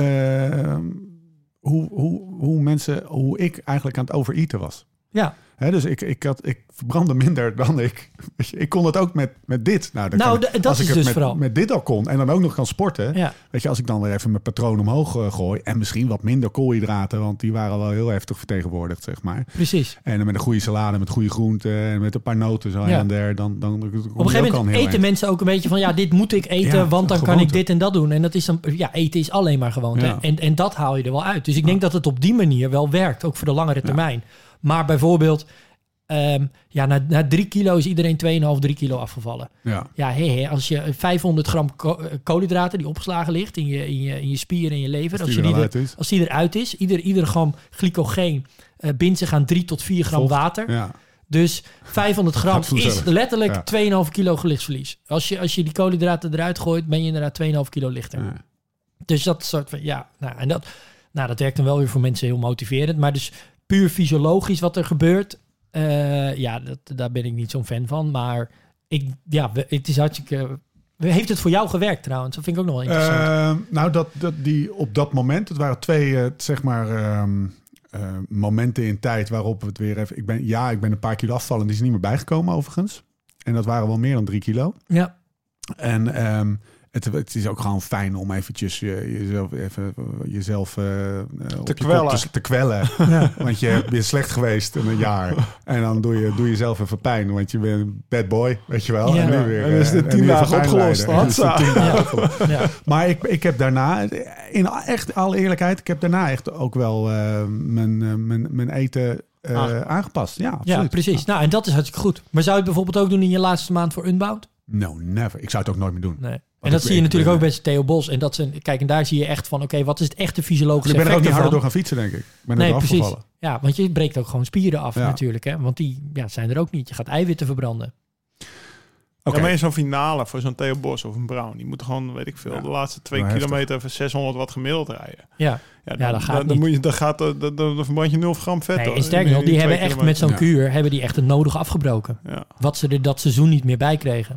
hoe, hoe, hoe mensen, hoe ik eigenlijk aan het overeten was. Ja. He, dus ik, ik, had, ik verbrandde minder dan ik... Ik kon het ook met, met dit. Nou, dan nou kan ik, dat als is ik het dus met, vooral. met dit al kon en dan ook nog kan sporten... Ja. Weet je, als ik dan weer even mijn patroon omhoog uh, gooi... en misschien wat minder koolhydraten... want die waren wel heel heftig vertegenwoordigd, zeg maar. Precies. En dan met een goede salade, met goede groenten... en met een paar noten zo ja. en der... Dan, dan, dan op een gegeven moment eten mensen ook een beetje van... ja, dit moet ik eten, ja, want dan gewoonte. Kan ik dit en dat doen. En dat is dan... Ja, eten is alleen maar gewoonte. Ja. En, en dat haal je er wel uit. Dus ik denk ja. dat het op die manier wel werkt. Ook voor de langere termijn. Ja. Maar bijvoorbeeld... Um, ja, na, na drie kilo is iedereen twee komma vijf, drie kilo afgevallen. Ja, ja hey, hey, als je vijfhonderd gram ko- koolhydraten die opgeslagen ligt in je, in je, in je spieren en je lever, als, als, die, die er, als die eruit is, ieder, ieder gram glycogeen uh, bindt zich aan drie tot vier gram Vocht. water. Ja. Dus vijfhonderd gram is letterlijk ja. twee komma vijf kilo gewichtsverlies. Als je, als je die koolhydraten eruit gooit, ben je inderdaad twee komma vijf kilo lichter. Ja. Dus dat soort van, ja, nou, en dat, nou, dat werkt dan wel weer voor mensen heel motiverend. Maar dus puur fysiologisch wat er gebeurt, Uh, ja, dat, daar ben ik niet zo'n fan van. Maar ik, ja, het is hartstikke Heeft het voor jou gewerkt trouwens? Dat vind ik ook nog wel interessant. Uh, nou, dat, dat die op dat moment, het waren twee, uh, zeg maar, um, uh, momenten in tijd waarop we het weer even... Ik ben, ja, ik ben een paar kilo afvallen, die is niet meer bijgekomen overigens. En dat waren wel meer dan drie kilo. Ja. En um, het, het is ook gewoon fijn om eventjes uh, jezelf, even, jezelf uh, op te je kwellen. kop te, te kwellen. Ja. Want je bent slecht geweest in een jaar. En dan doe je, doe je jezelf even pijn, want je bent een bad boy, weet je wel. Ja. En nu weer, en is de tien dagen opgelost. Ja. Ja. Maar ik, ik heb daarna, in echt alle eerlijkheid, ik heb daarna echt ook wel uh, mijn, uh, mijn, mijn eten uh, ah. aangepast. Ja, absoluut. Ja, precies. Ja. Nou, en dat is hartstikke goed. Maar zou je het bijvoorbeeld ook doen in je laatste maand voor Unbound? No, never. Ik zou het ook nooit meer doen. Nee. En dat zie je natuurlijk ook bij Theo Bos. En dat zijn, kijk, en daar zie je echt van, oké, okay, wat is het echte fysiologische effect? Ik ben er ook niet harder door ervan? gaan fietsen, denk ik. Ik ben nee, er precies. afgevallen. Ja, want je breekt ook gewoon spieren af ja. natuurlijk. Hè? Want die ja, zijn er ook niet. Je gaat eiwitten verbranden. Okay. Ja, maar in zo'n finale voor zo'n Theo Bos of een Brown, die moeten gewoon, weet ik veel, ja. de laatste twee nou, kilometer even zeshonderd watt gemiddeld rijden. Ja, ja, dan, ja dat gaat dan, dan, moet je, dan, gaat, dan, dan, dan verbrand je nul gram vet. Nee, en sterker nog, die hebben echt kilometer. met zo'n ja. kuur hebben die echt het nodige afgebroken. Ja. Wat ze er dat seizoen niet meer bij kregen.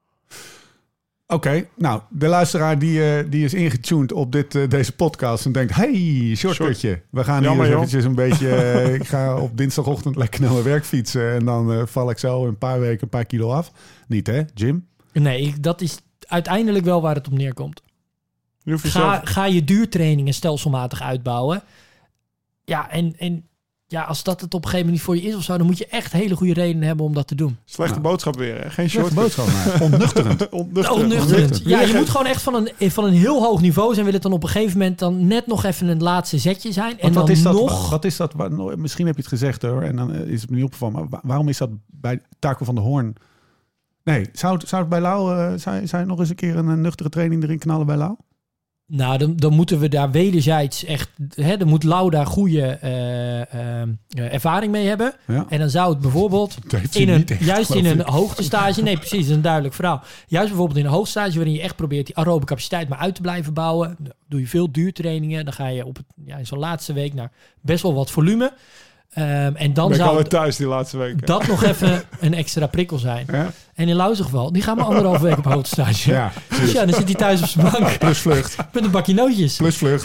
Oké, okay, nou, de luisteraar die, uh, die is ingetuned op dit, uh, deze podcast en denkt, hey, shortcutje. We gaan Jammer, hier eens eventjes een beetje, uh, ik ga op dinsdagochtend lekker naar mijn werk fietsen en dan uh, val ik zo in een paar weken een paar kilo af. Niet hè, Jim? Nee, ik, dat is uiteindelijk wel waar het op neerkomt. Je ga, ga je duurtrainingen stelselmatig uitbouwen. Ja, en... en Ja, als dat het op een gegeven moment niet voor je is of zo, dan moet je echt hele goede redenen hebben om dat te doen. Slechte nou. boodschap weer, hè? Geen Slechte boodschap, maar ontnuchterend. ontnuchterend. Ontnuchterend. Ja, je moet gewoon echt van een, van een heel hoog niveau zijn. Wil het dan op een gegeven moment dan net nog even een laatste zetje zijn. En wat, dan wat is dat, nog... Wat is dat? Wat, misschien heb je het gezegd hoor, en dan is het me niet opgevallen. Maar waarom is dat bij Taco van der Hoorn? Nee, zou het, zou het bij Lau, uh, zou, zou je nog eens een keer een, een nuchtere training erin knallen bij Lau? Nou, dan, dan moeten we daar wederzijds echt... Hè, dan moet Lau daar goede uh, uh, ervaring mee hebben. Ja. En dan zou het bijvoorbeeld... in een, echt, juist in een hoogtestage... Nee, precies, dat is een duidelijk verhaal. Juist bijvoorbeeld in een hoogtestage... waarin je echt probeert die aerobe capaciteit maar uit te blijven bouwen. Dan doe je veel duurtrainingen. Dan ga je op het, ja, in zo'n laatste week naar best wel wat volume. Um, en dan ben zou ik alweer thuis die laatste week. Dat nog even een extra prikkel zijn. Ja. En in Lau's geval, die gaan maar anderhalve week op hoogtestage. Ja, dus ja, dan zit hij thuis op zijn bank. Plus vlucht. Met een bakje nootjes. Plus vlucht.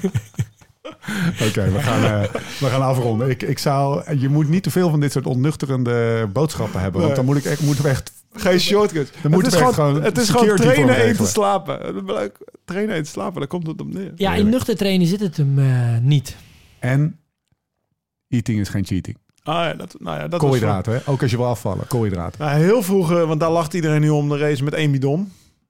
Oké, okay, we, gaan, uh, we gaan afronden. Ik, ik zou, je moet niet te veel van dit soort onnuchterende boodschappen hebben. Nee. Want dan moet ik echt, moeten we echt... Geen shortcut. Dan het, is gewoon, gewoon, het is gewoon trainen, eten, slapen. Trainen, eten, slapen. Daar komt het op neer. Ja, in nuchter trainen zit het hem uh, niet. En eating is geen cheating. Ah ja, dat, nou ja, dat koolhydraten, hè? Ook als je wil afvallen, koolhydraten. Nou, heel vroeger, want daar lacht iedereen nu om de race met één bidon.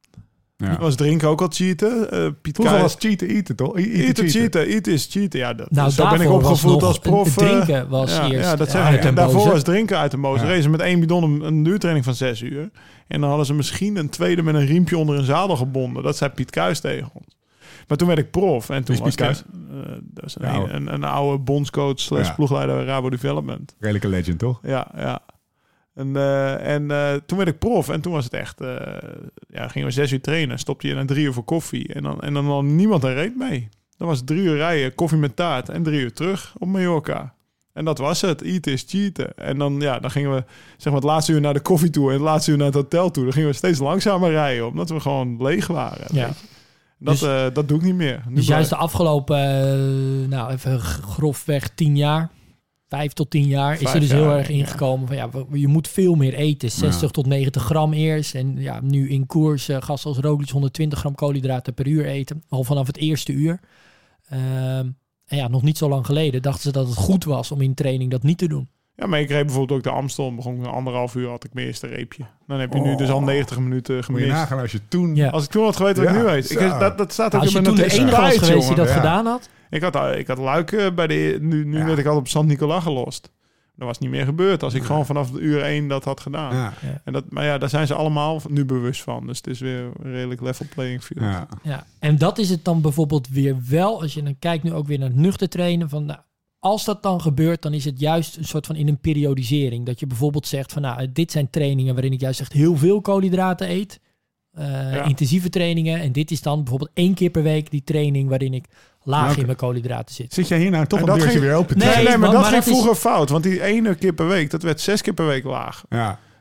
Ja. Was drinken ook al cheaten. Uh, Piet Vroeger was cheaten, eten toch? Eten, cheaten. cheaten. Eten is cheaten, ja. Dat, nou, zo ben ik opgevoed als prof. Drinken was ja, eerst ja, dat zeg ik. En daarvoor was drinken uit de moos. Ja. Racen met één bidon een, een duurtraining van zes uur. En dan hadden ze misschien een tweede met een riempje onder een zadel gebonden. Dat zei Piet Kuijs tegen ons. Maar toen werd ik prof. En toen was Kuijs? Uh, dat is een, ja, een, een oude bondscoach slash ja. ploegleider Rabo Development. Redelijke legend, toch? Ja, ja. En, uh, en uh, toen werd ik prof. En toen was het echt... Uh, ja, gingen we zes uur trainen. Stopte je na drie uur voor koffie. En dan, en dan had niemand er reed mee. Dan was het drie uur rijden, koffie met taart. En drie uur terug op Mallorca. En dat was het. Eat is cheaten. En dan, ja, dan gingen we zeg maar het laatste uur naar de koffie toe. En het laatste uur naar het hotel toe. Dan gingen we steeds langzamer rijden. Omdat we gewoon leeg waren. Ja. Dat, dus, uh, dat doe ik niet meer. Nu dus juist de afgelopen, uh, nou even grofweg tien jaar, vijf tot tien jaar, Vijf is er dus jaar, heel erg ingekomen ja. van ja, je moet veel meer eten. zestig ja. tot negentig gram eerst. En ja, nu in koers, uh, gasten als Roglic honderdtwintig gram koolhydraten per uur eten. Al vanaf het eerste uur. Uh, en ja, nog niet zo lang geleden dachten ze dat het goed was om in training dat niet te doen. Ja, maar ik reed bijvoorbeeld ook de Amstel. Begon een anderhalf uur had ik mijn eerste reepje. Dan heb je oh. nu dus al negentig minuten gemist. Moet je nagaan als je toen... Ja. Als ik toen had geweten wat ja, ik nu weet. Ik, dat, dat staat ook als in mijn notitie. Als je toen de enige was geweest die dat ja. gedaan had. Ik had, ik had Luik bij de... Nu, nu ja. werd ik al op Sant Nicolas gelost. Dat was niet meer gebeurd als ik ja. gewoon vanaf de uur één dat had gedaan. Ja. Ja. En dat, maar ja, daar zijn ze allemaal nu bewust van. Dus het is weer een redelijk level playing field. Ja. Ja. En dat is het dan bijvoorbeeld weer wel. Als je dan kijkt nu ook weer naar het nuchter trainen. Van, nou, als dat dan gebeurt, dan is het juist een soort van in een periodisering. Dat je bijvoorbeeld zegt van nou, dit zijn trainingen waarin ik juist echt heel veel koolhydraten eet. Uh, ja. Intensieve trainingen. En dit is dan bijvoorbeeld één keer per week die training waarin ik laag nou, in mijn koolhydraten zit. Zit jij hier nou toch en een deurtje ging, weer open? Nee, nee, nee maar, maar dat ging vroeger is... fout. Want die ene keer per week, dat werd zes keer per week laag. Ja.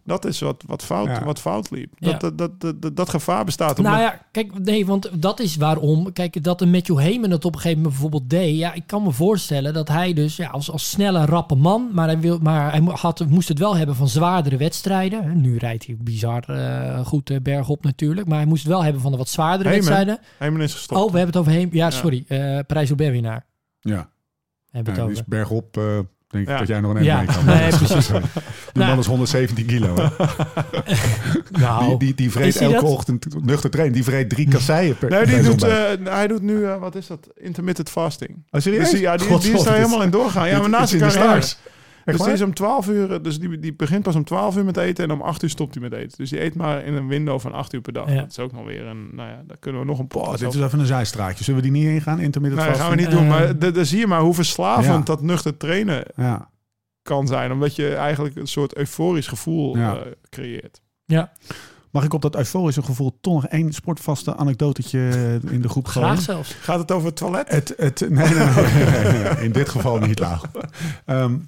Dat is wat, wat, fout, Ja. wat fout liep. Ja. Dat, dat, dat, dat, dat, dat gevaar bestaat. Nou Omdat, ja, kijk, nee, want dat is waarom. Kijk, dat een Matthew Heyman het op een gegeven moment bijvoorbeeld deed. Ja, ik kan me voorstellen dat hij dus ja, als, als snelle, rappe man, maar hij, wil, maar hij had, moest het wel hebben van zwaardere wedstrijden. Nu rijdt hij bizar uh, goed uh, bergop natuurlijk, maar hij moest het wel hebben van de wat zwaardere Heyman. wedstrijden. Heyman is gestopt. Oh, we hebben het over Heyman. Ja, sorry. Uh, Parijs-Roubaix winnaar. Ja. Hebben we Ja, het dus over. bergop, uh, denk ik Ja. dat jij nog een eind Ja, mee kan. nee, precies. Die Nou. man is honderdzeventien kilo. Hè? Nou, Die, die, die is vreet hij elke dat? ochtend nuchter trainen. Die vreet drie kasseien per Nee, die per doet, zondag. uh, hij doet nu, uh, wat is dat? Intermittent fasting. Oh, serieus? Dus die, ja, die, God, die is wat daar is- helemaal in doorgaan. Ja, maar naast in de elkaar rijden. stars. Dus Echt die waar? is om twaalf uur, dus die, die begint pas om twaalf uur met eten en om acht uur stopt hij met eten. Dus die eet maar in een window van acht uur per dag. Ja. Dat is ook nog weer een, nou ja, daar kunnen we nog een Boah, podcast dit is over. even een zijstraatje. Zullen we die niet ingaan? Intermittent Nee, dat gaan we fasting? niet doen. Eh, Maar da- daar zie je maar hoe verslavend Ja. dat nuchter trainen Ja. kan zijn. Omdat je eigenlijk een soort euforisch gevoel Ja. uh, creëert. ja, Mag ik op dat euforische gevoel toch nog één sportvaste anekdotetje in de groep gooien? graag zelfs. Gaat het over het toilet? Het, het, nee, nee, nee, nee, nee, nee. In dit geval niet, Lau. Um,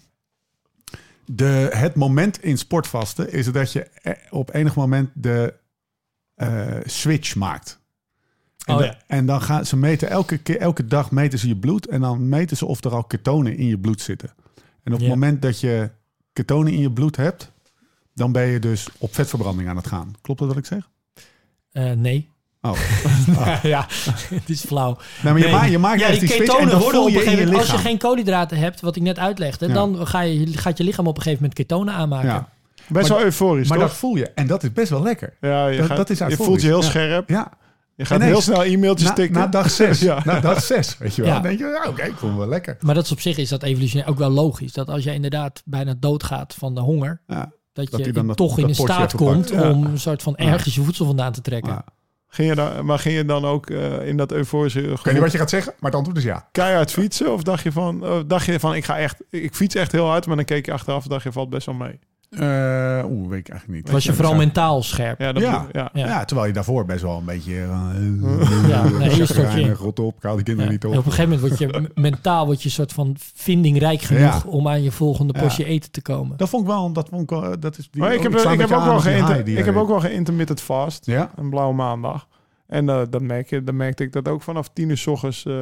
de, het moment in sportvasten is dat je op enig moment de uh, switch maakt. En, Oh, da- ja. en dan gaan ze meten elke keer, elke dag meten ze je bloed en dan meten ze of er al ketonen in je bloed zitten. En op Ja. het moment dat je ketonen in je bloed hebt, dan ben je dus op vetverbranding aan het gaan. Klopt dat wat ik zeg? Uh, nee. Oh. ja, het is flauw. Nee, maar je, Nee. ma- je maakt Ja, eerst die die switch en ketonen dan worden voel op je een in je gegeven moment... Als lichaam. je geen koolhydraten hebt, wat ik net uitlegde... Ja. dan ga je, gaat je lichaam op een gegeven moment ketonen aanmaken. Ja. Best Maar- wel euforisch, Maar toch? dat voel je. En dat is best wel lekker. ja, je, dat- gaat, dat is je euforisch. voelt je heel Ja. scherp. Ja. Je gaat Ineens. heel snel e-mailtjes Na, tikken. na dag zes. Ja. Na dag zes, weet je wel. Ja. Dan denk je, ja, oké, ik voel me wel lekker. Maar dat is op zich is dat evolutionair ook wel logisch. Dat als je inderdaad bijna doodgaat van de honger... Ja. dat Dat je die dan dat- toch in dat de potje staat even komt... pakt. Ja. om een soort van ergens je voedsel vandaan te trekken. Ja. Ging je dan, maar ging je dan ook uh, in dat euforische Ik weet gevoel niet wat je gaat zeggen, maar het antwoord is ja. keihard fietsen? Of dacht je van, uh, dacht je van ik ga echt, ik fiets echt heel hard, maar dan keek je achteraf en dacht je valt best wel mee. Uh, Oeh, weet ik eigenlijk niet. Was je vooral Ja. mentaal scherp? Ja, dat Ja. bedoel- ja. Ja. Ja. terwijl je daarvoor best wel een beetje... Uh, Ja, nee, eerst dat je- rot op, ik haal die kinderen Ja. niet op. En op een gegeven moment word je m- mentaal word je een soort van vindingrijk genoeg... Ja. om aan je volgende Ja. portie eten te komen. Dat vond ik wel, dat vond ik wel, dat is die, Maar ik heb, sla ik met heb je ook aan wel op die geïnter, high die ik heb jij- ook wel geïntermittent fast, Ja? een blauwe maandag. En uh, dat merk je, dan merkte ik dat ook vanaf tien uur 's ochtends, uh,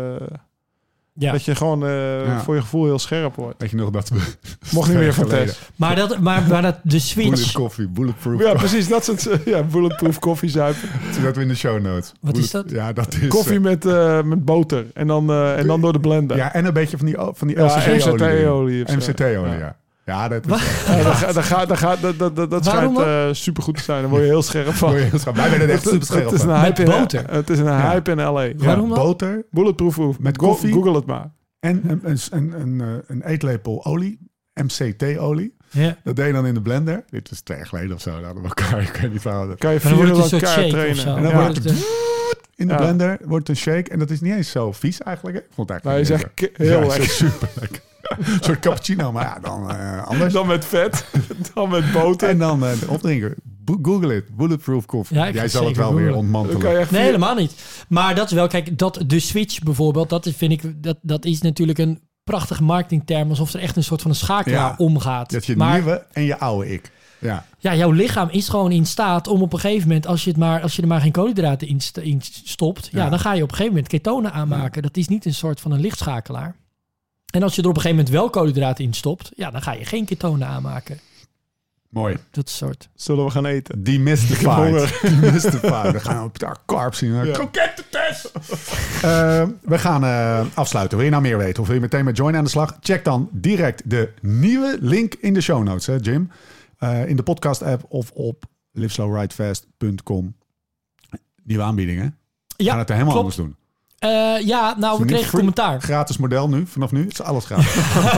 Ja. dat je gewoon uh, Ja. voor je gevoel heel scherp wordt. Weet je nog dat we... Mocht niet meer van geleden. Tess. Maar, dat, maar, maar dat, de Bullet switch... coffee, bulletproof Ja, coffee. precies, dat soort uh, ja, bulletproof koffie zuipen. Dat we in de show notes. Wat is Bullet- dat? Ja, dat is... Koffie uh, met, uh, met boter en dan, uh, en dan door de blender. Ja, en een beetje van die, van die Ja, L C T-olie. M C T-olie of zo. M C T-olie, Ja. ja. Ja, dat is... Wat? Ja, dat, ga- dat, gaat- dat, gaat- dat, dat, dat, dat Waarom schijnt uh, supergoed te zijn. Daar word je heel scherp van. Word je heel scherp. Wij werden er echt Het- super scherp het is van. een hype Met in, boter. Het is een Ja. hype in L A. Ja. Waarom dan? Boter Bulletproof Met met koffie? Google het maar. en een, een, een, een, eh, een eetlepel olie. M C T-olie. Ja. Dat deed je dan in de blender. Dit was twee jaar geleden of zo. Dat we elkaar, ik weet niet waar. Kan je Maar dan vier wordt uur het een lang soort keihard shake of trainen. zo. En dan Ja. wordt het de- in de Ja. blender, wordt het een shake. En dat is niet eens zo vies eigenlijk. Ik vond het Maar je eigenlijk zegt niet heel lekker. Ja, lekker. super lekker. Een soort cappuccino, maar ja, dan uh, anders. Dan met vet, dan met boter. En dan uh, opdrinken. Bo- Google it. Bulletproof coffee. Ja, ik Jij ga zal het zeker wel weer googlen. Dan ontmantelen. kan je echt Nee, vier- helemaal niet. Maar dat is wel, kijk, dat, de switch bijvoorbeeld, dat is, vind ik, dat, dat is natuurlijk een prachtige marketingterm, alsof er echt een soort van een schakelaar Ja. omgaat. Dat je maar nieuwe en je oude ik. Ja. ja, jouw lichaam is gewoon in staat om op een gegeven moment, als je, het maar, als je er maar geen koolhydraten in, st- in stopt, ja. Ja. dan ga je op een gegeven moment ketonen aanmaken. Dat is niet een soort van een lichtschakelaar. En als je er op een gegeven moment wel koolhydraten in stopt, ja, dan ga je geen ketonen aanmaken. Mooi. Dat soort. Zullen we gaan eten? Demystified. honger. Demystified. We gaan op daar carbs zien. Ja. Krokettentest. Uh, we gaan uh, afsluiten. Wil je nou meer weten of wil je meteen met Join aan de slag? Check dan direct de nieuwe link in de show notes, hè, Jim. Uh, in de podcast app of op live slow ride fast punt com. Nieuwe aanbiedingen. We Ja, gaan het er helemaal klopt. anders doen. Uh, ja, nou, we niet kregen free- commentaar. Gratis model nu. Vanaf nu is alles gratis.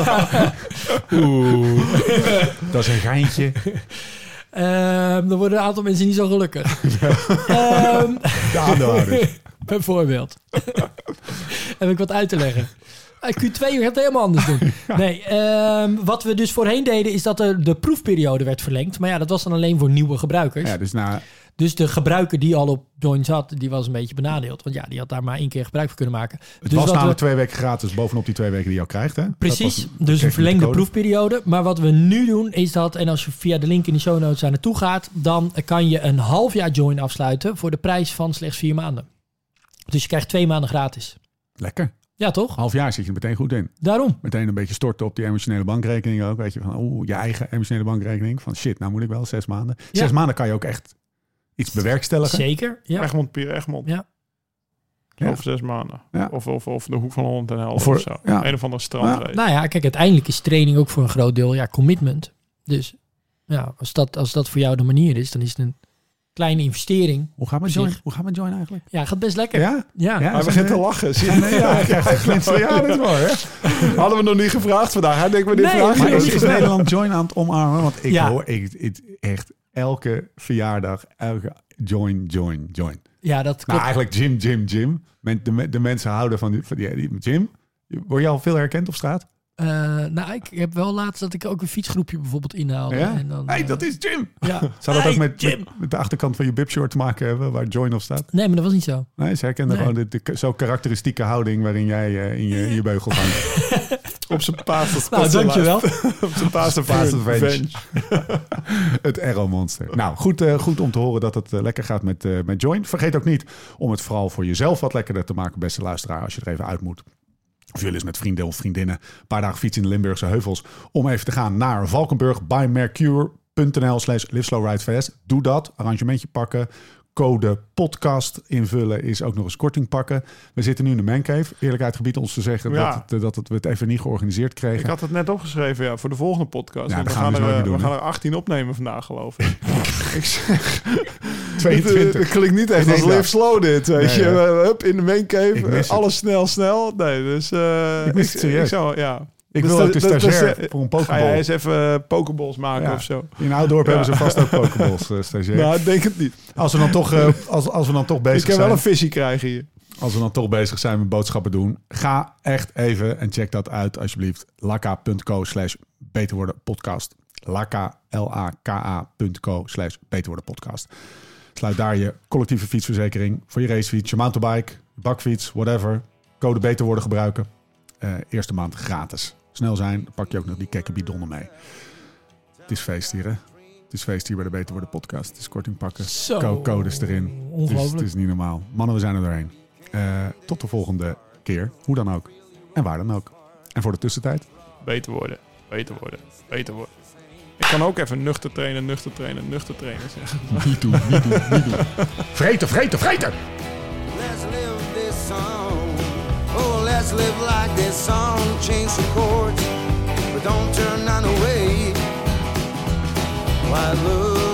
Oeh. Dat is een geintje. Uh, dan worden een aantal mensen niet zo gelukkig. um, De aandeelhouders. Bijvoorbeeld. Heb ik wat uit te leggen. Q twee gaat het helemaal anders doen. Nee, um, wat we dus voorheen deden is dat er de proefperiode werd verlengd. Maar ja, dat was dan alleen voor nieuwe gebruikers. Ja, dus na Dus de gebruiker die al op Join zat, die was een beetje benadeeld. Want ja, die had daar maar één keer gebruik van kunnen maken. Het dus was wat namelijk we, twee weken gratis bovenop die twee weken die je al krijgt. Hè? Precies, Dat was, dus een verlengde code. proefperiode. Maar wat we nu doen is dat, en als je via de link in de show notes daar naartoe gaat, dan kan je een half jaar Join afsluiten voor de prijs van slechts vier maanden. Dus je krijgt twee maanden gratis. Lekker. Ja, toch? Half jaar zit je er meteen goed in. Daarom. Meteen een beetje storten op die emotionele bankrekening ook. Weet je, van oeh, je eigen emotionele bankrekening. Van shit, nou moet ik wel zes maanden. Ja. Zes maanden kan je ook echt iets bewerkstelligen. Zeker, ja. Egmond, Pier Egmond. Ja. Ja. Over zes maanden. Ja. Of, of, of de Hoek van Holland en Helder Of voor- of zo. ja. Een of andere strandrace. Nou ja, kijk, uiteindelijk is training ook voor een groot deel ja, commitment. Dus ja, als dat, als dat voor jou de manier is, dan is het een kleine investering. Hoe gaat het met Zich. Join? Hoe gaat het met Join eigenlijk? Ja, gaat best lekker. Ja? Ja. Ja. Hij begint te lachen. Zie je? Nee, ja, hij krijgt echt mensen. Ja, dat is mooi, hè? Hadden we nog niet gevraagd vandaag. Hij denkt, maar dit Nee, vraag Maar je is, niet. is Nederland Join aan het omarmen? Want ik Ja. hoor ik, ik, echt elke verjaardag, elke Join, Join, Join. Ja, dat Nou, klopt. eigenlijk Jim, Jim, Jim. Men, de, me- de mensen houden van die, van die, die Jim. Word je al veel herkend op straat? Eh, nou, ik heb wel laatst dat ik ook een fietsgroepje bijvoorbeeld inhaalde. Ja? En dan, Hey, eh, dat is Jim. Ja. Zou dat Hey, ook met, Jim. met, met de achterkant van je bibshort te maken hebben, waar Join op staat? Nee, maar dat was niet zo. Nee, ze herkenden Nee. gewoon de, de zo karakteristieke houding waarin jij eh, in, je, in je beugel hangt. Op zijn paas. Nou, dankjewel. Op zijn paas. Paas Venge. Venge. Het Aero-monster. Nou, goed, eh, goed om te horen dat het eh, lekker gaat met, eh, met Join. Vergeet ook niet om het vooral voor jezelf wat lekkerder te maken, beste luisteraar, als je er even uit moet. Of jullie eens met vrienden of vriendinnen een paar dagen fietsen in de Limburgse heuvels. Om even te gaan naar Valkenburg by Mercure punt n l slash live slow ride v s. Doe dat. Arrangementje pakken. Code podcast invullen is ook nog eens korting pakken. We zitten nu in de mancave. Eerlijkheid gebied ons te zeggen Ja. dat, het, eh, dat het, we het even niet georganiseerd kregen. Ik had het net opgeschreven ja, voor de volgende podcast. Ja, Want dat we gaan gaan, we dus er, nooit meer we doen, gaan er achttien opnemen vandaag, geloof ik. ik zeg, tweeëntwintig. Het klinkt niet echt Nee, als nou. live slow dit, weet Nee, je. ja. Hup, in de main Ik cave, mis het. alles snel, snel. Nee, dus... uh, Ik mis het serieus. Ik zou, ja. Ik Dus wil dat- ook de dat- dat- stagiair dat- voor een Ga jij pokeball. eens even pokeballs maken Ja. of zo? In Ouddorp Ja. hebben ze vast ook pokeballs, eh, stagiair. Nou, ik denk het niet. Als we dan toch, eh, als, als we dan toch Ik bezig kan zijn... wel een visie krijgen hier. Als we dan toch bezig zijn met boodschappen doen, ga echt even en check dat uit alsjeblieft. Laka.co slash beter worden podcast. Laka, L-A-K-A.co slash beter worden podcast. Sluit daar je collectieve fietsverzekering voor je racefiets, je mountainbike, je bakfiets, whatever. Code beter worden gebruiken. Uh, eerste maand gratis. Snel zijn, dan pak je ook nog die kekke bidonnen mee. Het is feest hier, hè? Het is feest hier bij de Beter Worden podcast. Het is korting pakken. Zo. Co- codes erin. Ongelooflijk. Dus het is niet normaal. Mannen, we zijn er doorheen. Uh, tot de volgende keer. Hoe dan ook. En waar dan ook. En voor de tussentijd. Beter worden, beter worden, beter worden. Ik kan ook even nuchter trainen, nuchter trainen, nuchter trainen zeggen. Niet doen, niet doen, niet doen. Vreten, vreten, vreten! Let's live this song. Oh, let's live like this song. Change the chords, but don't turn none away. Why love?